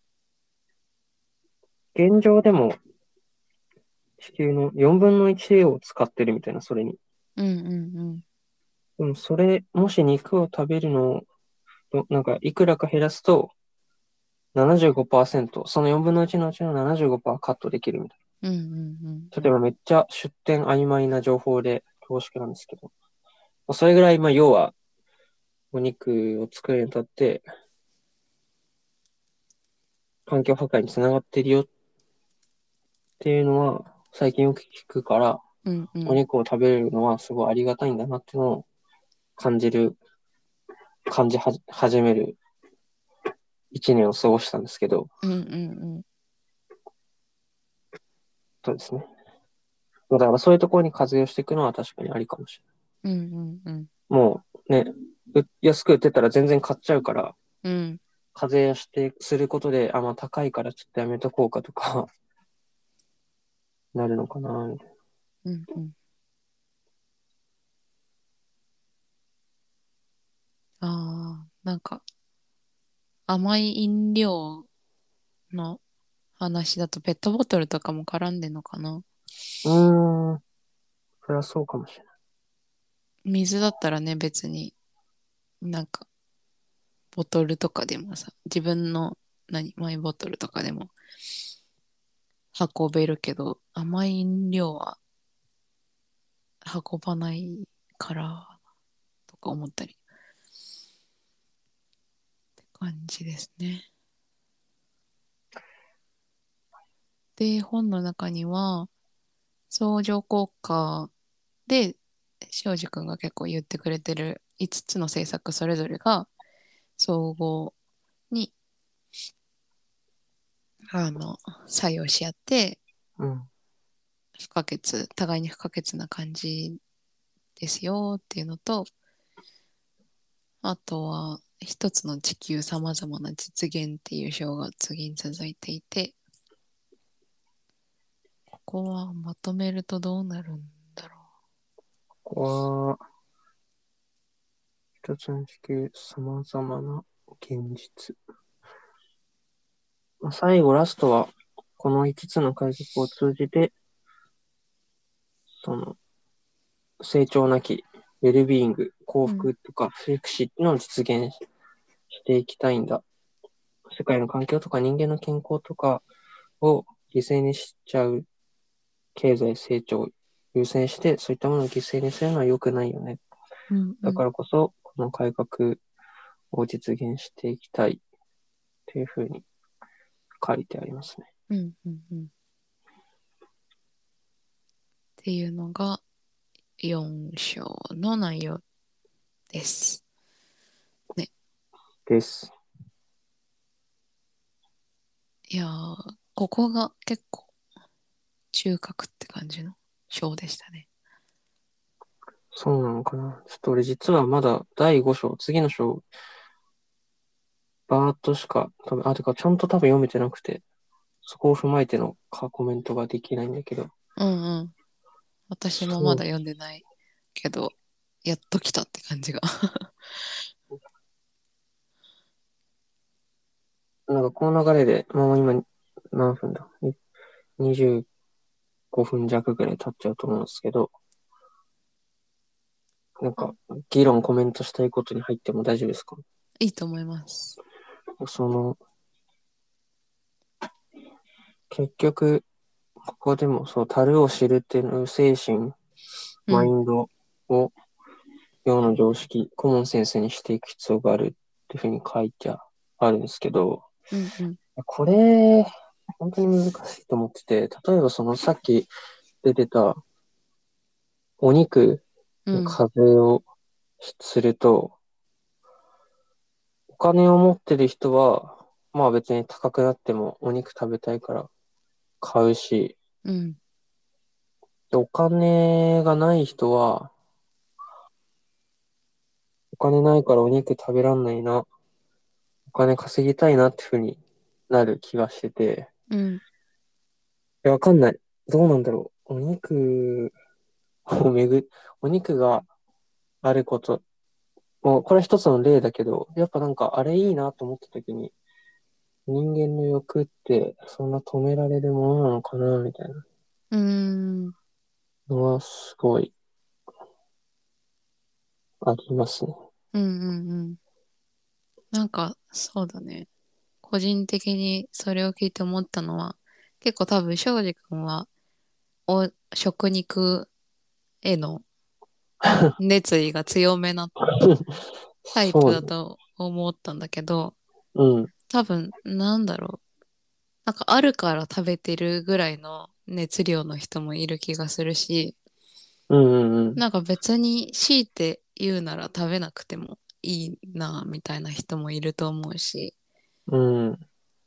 現状でも地球のよんぶんのいちを使ってるみたいな、それに。 うん。うんうんうん。 でもそれ、もし肉を食べるのを、なんか、いくらか減らすと、ななじゅうごパーセント、そのよんぶんのいちのうちのななじゅうごパーセントカットできるみたいうんうんな。例えばめっちゃ出典曖昧な情報で恐縮なんですけど、それぐらい、まあ、要は、お肉を作るにあたって、環境破壊につながってるよっていうのは、最近よく聞くから、 うんうん。 お肉を食べれるのはすごいありがたいんだなっていうのを感じる、感じは始める一年を過ごしたんですけど、 うんうんそうですね。だからそういうところに活用していくのは確かにありかもしれうんうんうんない。もうね、う安く売ってたら全然買っちゃうから、 うん課税して、することで、あ、まあ高いからちょっとやめとこうかとかなるのかな、みたいな。 うんうん。ああ、なんか甘い飲料の話だとペットボトルとかも絡んでんのかな。 うーん、それはそうかもしれない。 水だったらね、別になんかボトルとかでもさ、自分の何、マイボトルとかでも運べるけど、甘い飲料は運ばないからとか思ったりって感じですね。で、本の中には相乗効果で庄司君が結構言ってくれてるいつつの政策それぞれが総合にあの作用し合ってうん。 不可欠、互いに不可欠な感じですよっていうのと、あとは一つの地球様々な実現っていう表が次に続いていて、ここはまとめるとどうなるんだろここは、一つの地球様々な現実。まあ、最後、ラストは、このいつつの改革を通じて、その、成長なき、ウェルビーイング、幸う。うん。 福とか、福祉っていうのを実現していきたいんだ。世界の環境とか人間の健康とかを犠牲にしちゃう経済成長を優先して、そういったものを犠牲にするのは良くないよね。 うんうん。 だからこそ、この改革を実現していきたいっていうふうに書いてありますね。 うんうんうん。っていうのがよん章の内容です。ね。 です。 いやー、ここが結構中核って感じの章でしたね。 そうなのかな。ちょっと俺実はまだだいご章、次の章、バーっとしか、多分、あ、てかちゃんと多分読めてなくて、そこを踏まえてのかコメントができないんだけど。 うんうん。私もまそう。 だ読んでないけど、やっと来たって感じが。 なんかこの流れで、もう今何分だ ?にじゅうごふん弱ぐらい経っちゃうと思うんですけど、なんか議論コメントしたいことに入っても大丈夫ですか？ いいと思います。 その、結局、ここでもそう、樽を知るっていう精神、マイうん、 ンドを世の常識、コモンセンスにしていく必要があるっていうふうに書いてあるんですけど、 うん、うん、 これ、本当に難しいと思ってて、例えばそのさっき出てたお肉のうん、 課税をすると、お金を持ってる人は、まあ別に高くなってもお肉食べたいから買うし、 うん、 でお金がない人は、お金ないからお肉食べらんないな、お金稼ぎたいなってふうになる気がしてて、 うん、 いや、わかんない。どうなんだろう。お肉をめぐ、お肉があること、もうこれは一つの例だけど、やっぱなんかあれいいなと思った時に、人間の欲ってそんな止められるものなのかなみたいなうん、 のはすごいありますね。 うん、うん。なんか、そうだね。個人的にそれを聞いて思ったのは、結構多分、庄司君は、お、食肉への熱意が強めなタイプそうね。 だと思ったんだけど、 うん。 多分、なんだろう。なんかあるから食べてるぐらいの熱量の人もいる気がするし、 うんうんなんか別に強いて言うなら食べなくてもいいな、みたいな人もいると思うし、 うん。うん。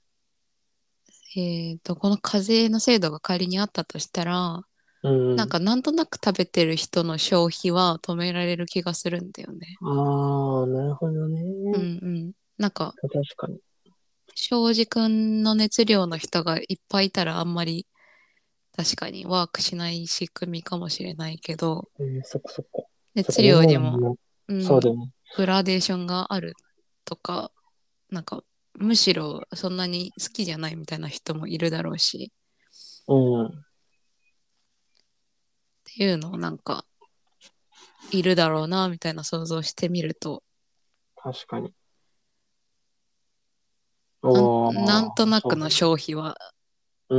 えっと、この課税の制度が仮にあったとしたら、 うんうん。 なんかなんとなく食べてる人の消費は止められる気がするんだよね。 ああ、なるほどうんね。 うん。なんか、 確かに。 庄司くんの熱量の人がいっぱいいたらあんまり確かにワークしない仕組みかもしれないけど、 うん、そっかそっか。そっ熱か、みん量にも、 ながみんな、 うん、 そうだよね。 グラデーションがあるとか、なんか、むしろそんなに好きじゃないみたいな人もいるだろうし、 うん。 っていうのをなんか、いるだろうな、みたいな想像してみると、 確かに。 なん、 おなんとー、 なくのそうだね。 消費は、 うん。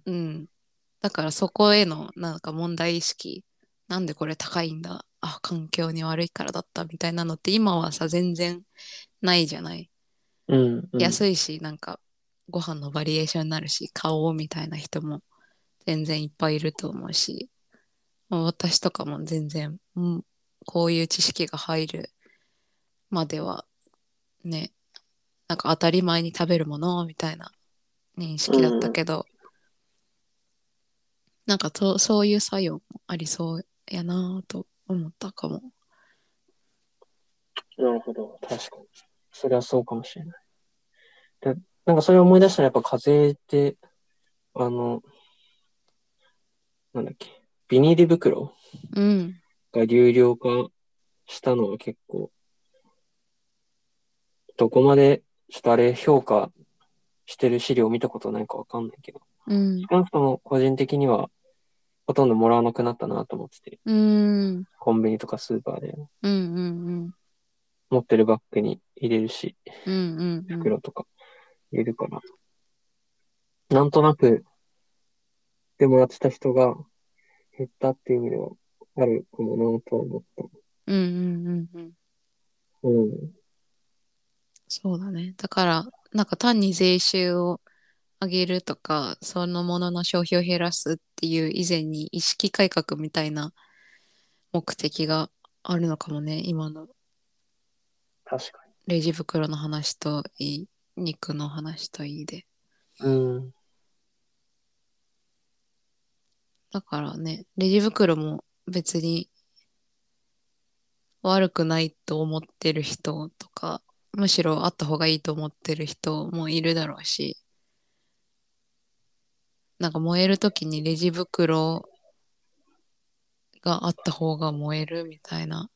うん。だからそこへのなんか問題意識、なんでこれ高いんだ、あ、環境に悪いからだったみたいなのって今はさ、全然ないじゃない。 うん。うん。 安いし、なんかご飯のバリエーションになるし、買おうみたいな人も全然いっぱいいると思うし、まあ私とかも全然、うん、こういう知識が入るまではね、なんか当たり前に食べるものみたいな認識だったうん。 けど、なんかとそういう作用もありそうやなぁと思ったかも。 なるほど。確かに。それはそうかもしれない。で、なんかそれを思い出したらやっぱ風邪って、あの、なんだっけ、ビニール袋うん、 が有料化したのは結構、どこまで、ちょっとあれ評価してる資料を見たことないかわかんないけど、 うん、 少なくとも個人的にはほとんどもらわなくなったなと思ってて、 うん、 コンビニとかスーパーでうん、うん、うん、 持ってるバッグに入れるし、 うん、うん、うん、 袋とか入れるから、なんとなくでもらってた人が減ったっていう意味ではあるかもなとは思った。 うん、うん、うん。 うん。 そうだね。だから、なんか単に税収を上げるとか、そのものの消費を減らすっていう以前に意識改革みたいな目的があるのかもね、今の確かレジ袋の話といい、肉の話といいで。 うん。 だからね、レジ袋も別に悪くないと思ってる人とか、むしろあった方がいいと思ってる人もいるだろうし、なんか燃えるときにレジ袋があった方が燃えるみたいな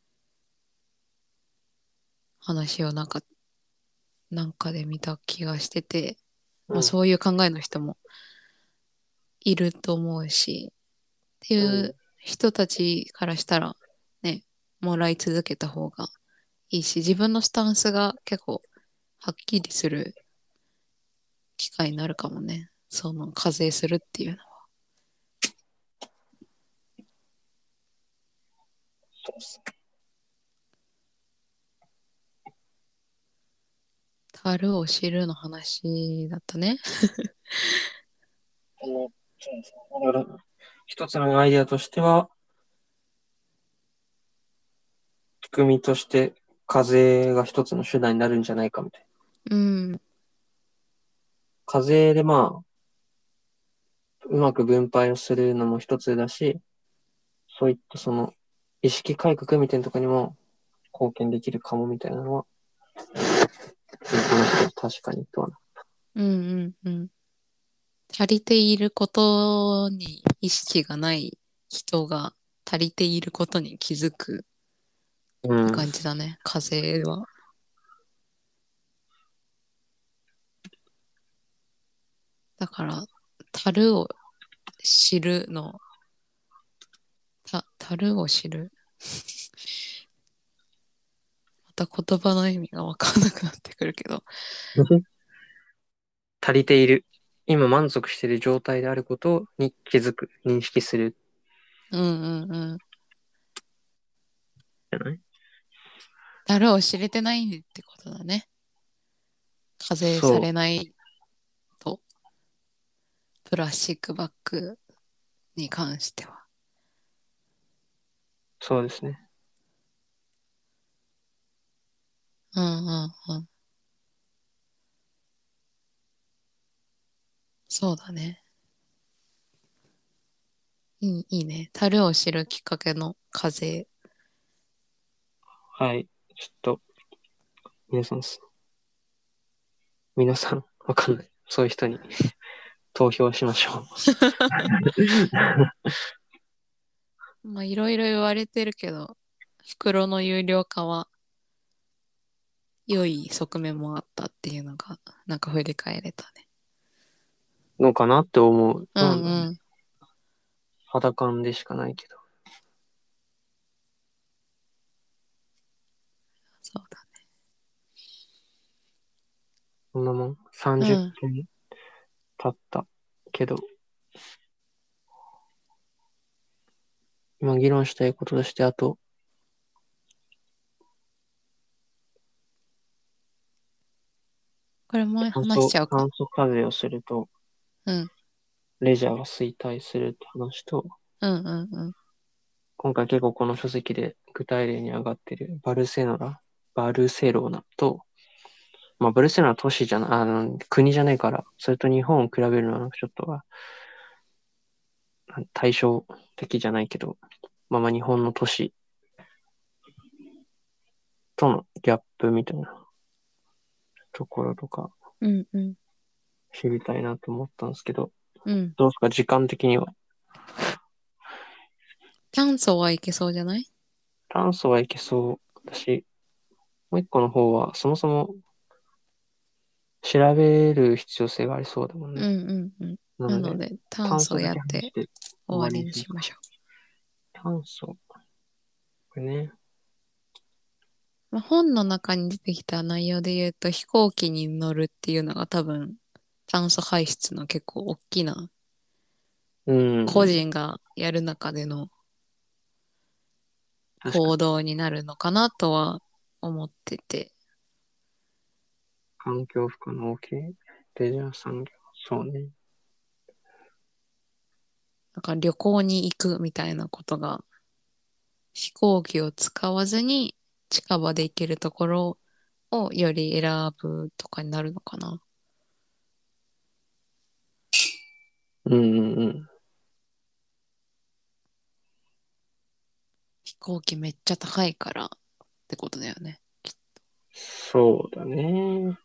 話をなんか、なんかで見た気がしてて、まあうん。 そういう考えの人もいると思うし、っていうん。 う人たちからしたらね、もらい続けた方がいいし、自分のスタンスが結構はっきりする機会になるかもね。その課税するっていうのは。 そうっす。 樽を知るの話だったね。 あの、そうですね。だから、一つのアイデアとしては、仕組みとして課税が一つの手段になるんじゃないかみたいな。 うん。 課税でまあ、うまく分配をするのも一つだし、そういったその、意識改革みたいなところにも貢献できるかもみたいなのは、話して確かにとはな。 うんうんうん。足りていることに意識がない人が足りていることに気づくってうん。 感じだね。課税は。だから、樽を知るの、た、樽を知る。また言葉の意味がわかんなくなってくるけど。 足りている。今満足している状態であることに気づく、認識するうんうんうん。 じゃない？ 樽を知れてないってことだね。課税さそう、 れないと、プラスチックバッグに関しては。 そうですね。 うんうんうん。そうだね。いい、いいね。樽を知るきっかけの課税。 はい。ちょっと、皆さんす、皆さん、わかんない。そういう人に投票しましょまあいろいろ言われてるけど、袋の有料化は良い側面もあったっていうのが、なんか振り返れたね。 うのかなって思う。 うどうなんだろうね。 んうん。 肌感でしかないけど。 そうだこんなもん ?さんじゅっね。 分経ったけど、今議論したいこととして、あと、 これも炭素、 話しちゃうか。 炭素課税をすると、 うん。 レジャーが衰退するって話と、 うんうんうん。 今回結構この書籍で具体例に上がっているバルセロナ、バルセロナと、まあ、バルセロナは都市じゃない、あの、国じゃないから、それと日本を比べるのはちょっとは対照的じゃないけど、まあまあ日本の都市とのギャップみたいなところとかうんうん。 知りたいなと思ったんですけど、 うん。 どうですか、時間的には。 炭素はいけそうじゃない？ 炭素はいけそうだし、もう一個の方はそもそも調べる必要性がありそうだもんね。 うんうんうん。 なので、 なので、炭素炭素だやってけ話して終わり終わりにしますか。 にしましょ炭素。これね。 う。まあ、本の中に出てきた内容で言うと、飛行機に乗るっていうのが多分、炭素排出の結構大きなうん。 個人がやる中での確かに。 行動になるのかなとは思ってて。 環境負荷の大きいレジャー産業。そうね。 なんか旅行に行くみたいなことが飛行機を使わずに近場で行けるところをより選ぶとかになるのかな。 うんうんうん。 飛行機めっちゃ高いからってことだよね。 そうだね。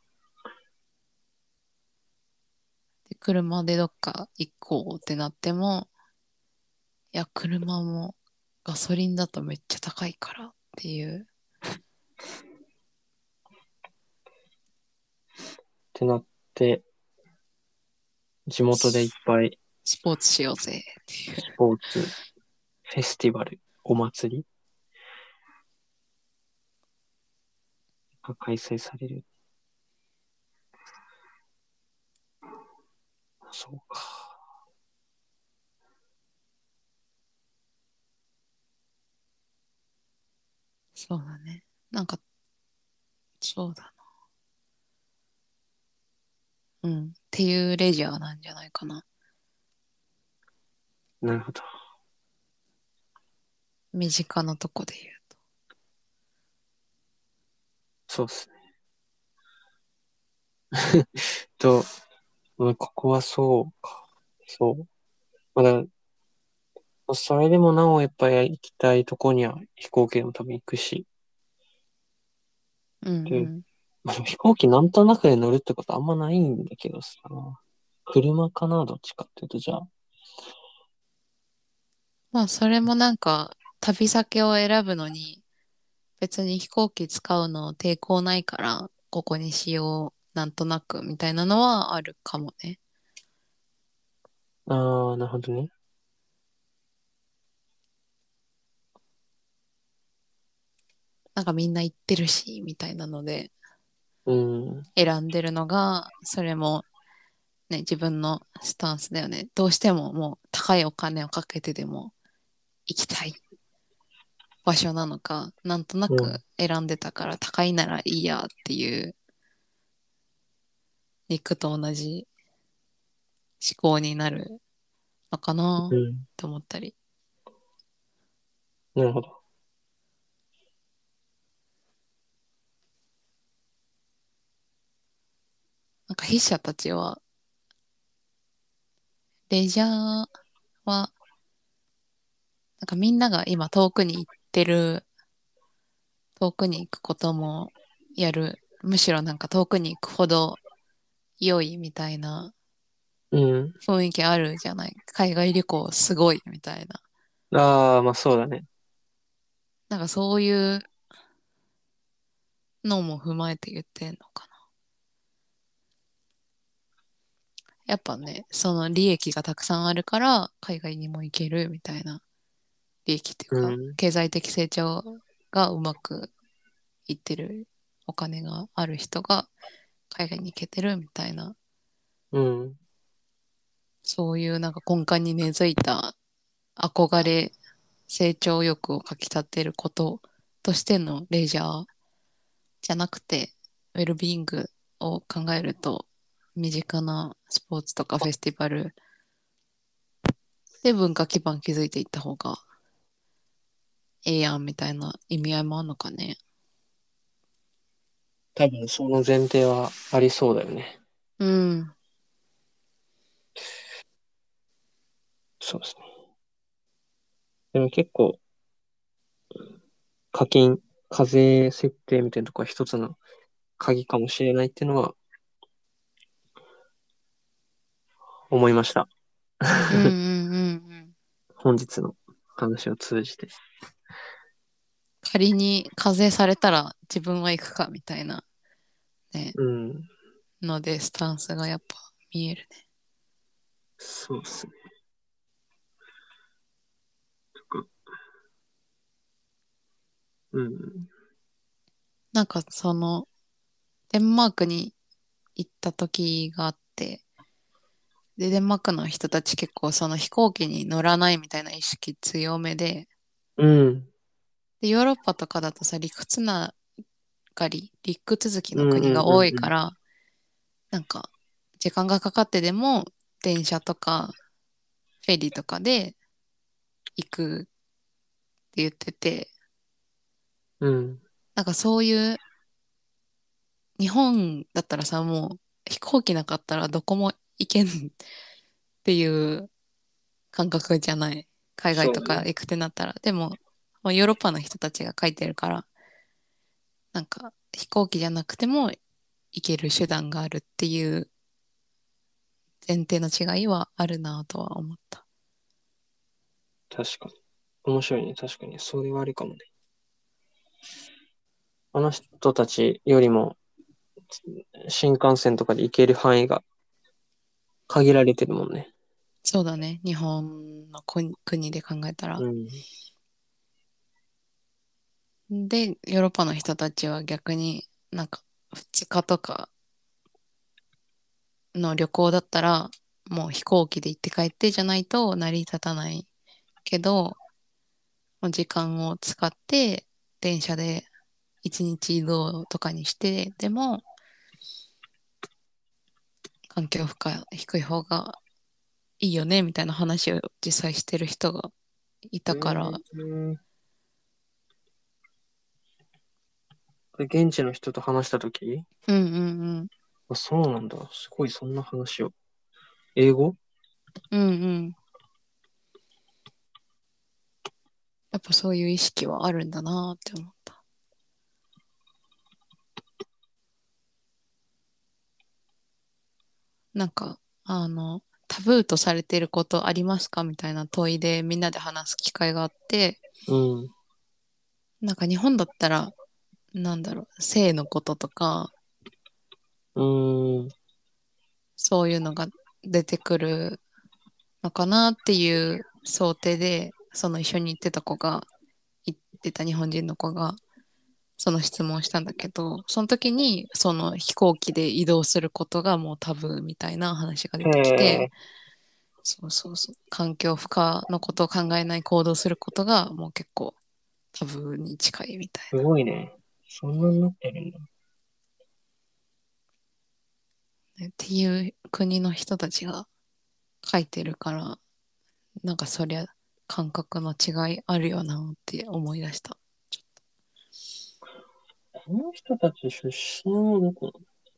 で、車でどっか行こうってなっても、いや、車もガソリンだとめっちゃ高いからっていう。 ってなって、地元でいっぱいスポーツしようぜっていう。 スポーツ、フェスティバル、お祭りが開催される。そうか。 そうだね。なんか、そうだな。うん。っていうレジャーなんじゃないかな。 なるほど。 身近なとこで言うそうっすね。と、まあここはそうか。そう。まだ、それでもなおやっぱり行きたいとこには飛行機でも多分行くし。 と。うんうで、 ん。 まあ、飛行機なんとなくで乗るってことあんまないんだけどさ。車かなどっちかっていうと、じゃあ。 まあ、それもなんか、旅先を選ぶのに、別に飛行機使うの抵抗ないから、ここにしよう、なんとなく、みたいなのはあるかもね。 ああ、なるほどね。 なんかみんな行ってるし、みたいなのでうん。 選んでるのが、それもね、自分のスタンスだよね。どうしてももう高いお金をかけてでも行きたい場所なのか、なんとなうん。 く選んでたから高いならいいやっていう肉と同じ思考になるのかなうん。 と思ったり。 なるほど。 なんか筆者たちは、レジャーは、なんかみんなが今遠くに行ってる、遠くに行くこともやる。むしろなんか遠くに行くほど良いみたいなうん。 雰囲気あるじゃない。海外旅行すごいみたいな。 ああ、まあそうだね。 なんかそういうのも踏まえて言ってんのかな。やっぱね、その利益がたくさんあるから海外にも行けるみたいな利益っていうか、 うん。 経済的成長がうまくいってるお金がある人が海外に行けてるみたいな、 うん。 そういうなんか根幹に根付いた憧れ、成長欲をかき立てることとしてのレジャーじゃなくて、ウェルビーイングを考えると、身近なスポーツとかフェスティバルで文化基盤築いていった方がええやんみたいな意味合いもあるのかね。 多分その前提はありそうだよね。 うん。 そうですね。でも結構、課金、課税設定みたいなところは一つの鍵かもしれないっていうのは思いました。 うんうんうんうん。 本日の話を通じて。 仮に課税されたら自分は行くかみたいなね、 うん。 のでスタンスがやっぱ見えるね。 そうっすね。とか、うん。 なんかそのデンマークに行った時があって、で、デンマークの人たち結構その飛行機に乗らないみたいな意識強めで、 うん。 で、ヨーロッパとかだとさ、陸つながり、陸続きのうんうん国が多いうんうん。 から、なんか、時間がかかってでも、電車とか、フェリーとかで行くって言ってて、 うん。 なんかそういう日本だったらさ、もう飛行機なかったらどこも行けんっていう感覚じゃない。海外とかそうね。 行くってなったら。でも、まあ、ヨーロッパの人たちが書いてるから、なんか飛行機じゃなくても行ける手段があるっていう前提の違いはあるなとは思った。 確かに。面白いね。確かに。それはあるかもね。あの人たちよりも新幹線とかで行ける範囲が限られてるもんね。 そうだね。日本の国国で考えたら。 うん。 で、ヨーロッパの人たちは逆になんかふつかとかの旅行だったらもう飛行機で行って帰ってじゃないと成り立たないけど、もう時間を使って電車で一日移動とかにしてでも環境負荷低い方がいいよねみたいな話を実際してる人がいたから、 うん。現地の人と話したとき、 うんうんうんあ、そうなんだ。すごいそんな話を。英語。 うんうん、やっぱそういう意識はあるんだなって思った。なんかあのタブーとされてることありますかみたいな問いでみんなで話す機会があって、 うん。 なんか日本だったらなんだろう、性のこととかうーん。 そういうのが出てくるのかなっていう想定で、その一緒に行ってた子が、行ってた日本人の子が、その質問をしたんだけど、その時に、その飛行機で移動することがもうタブーみたいな話が出へてきて、 え、 そうそうそう、環境負荷のことを考えない行動することがもう結構タブーに近いみたいすごいね。そんなになってるんだ。 な。ねっていう国の人たちが書いてるから、なんかそりゃ感覚の違いあるよなって思い出した。 この人たち出身はどこ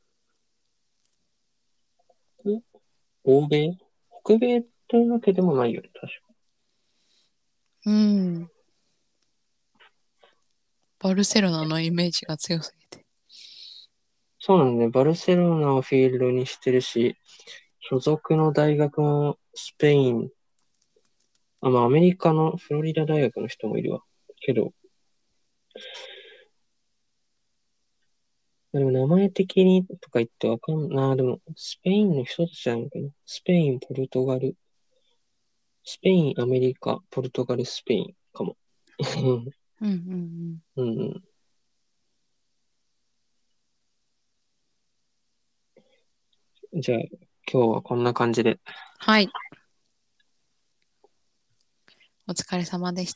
なの？欧米？北米というわけでもないよね、確か。 うん。バルセロナのイメージが強すぎて。 そうなんだね。バルセロナをフィールドにしてるし、所属の大学もスペイン、あ、まあアメリカのフロリダ大学の人もいるわ。けど、でも名前的にとか言ってわかんない。でも、スペインの人たちなのかな。スペイン、ポルトガル。スペイン、アメリカ、ポルトガル、スペインかも。 うんうんうん。 うんうん。じゃあ、今日はこんな感じで。 はい。お疲れ様でした。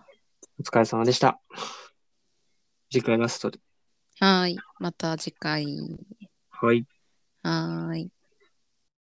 お疲れ様でした。次回ラストで。 はい。また次回。 はい。 はーい。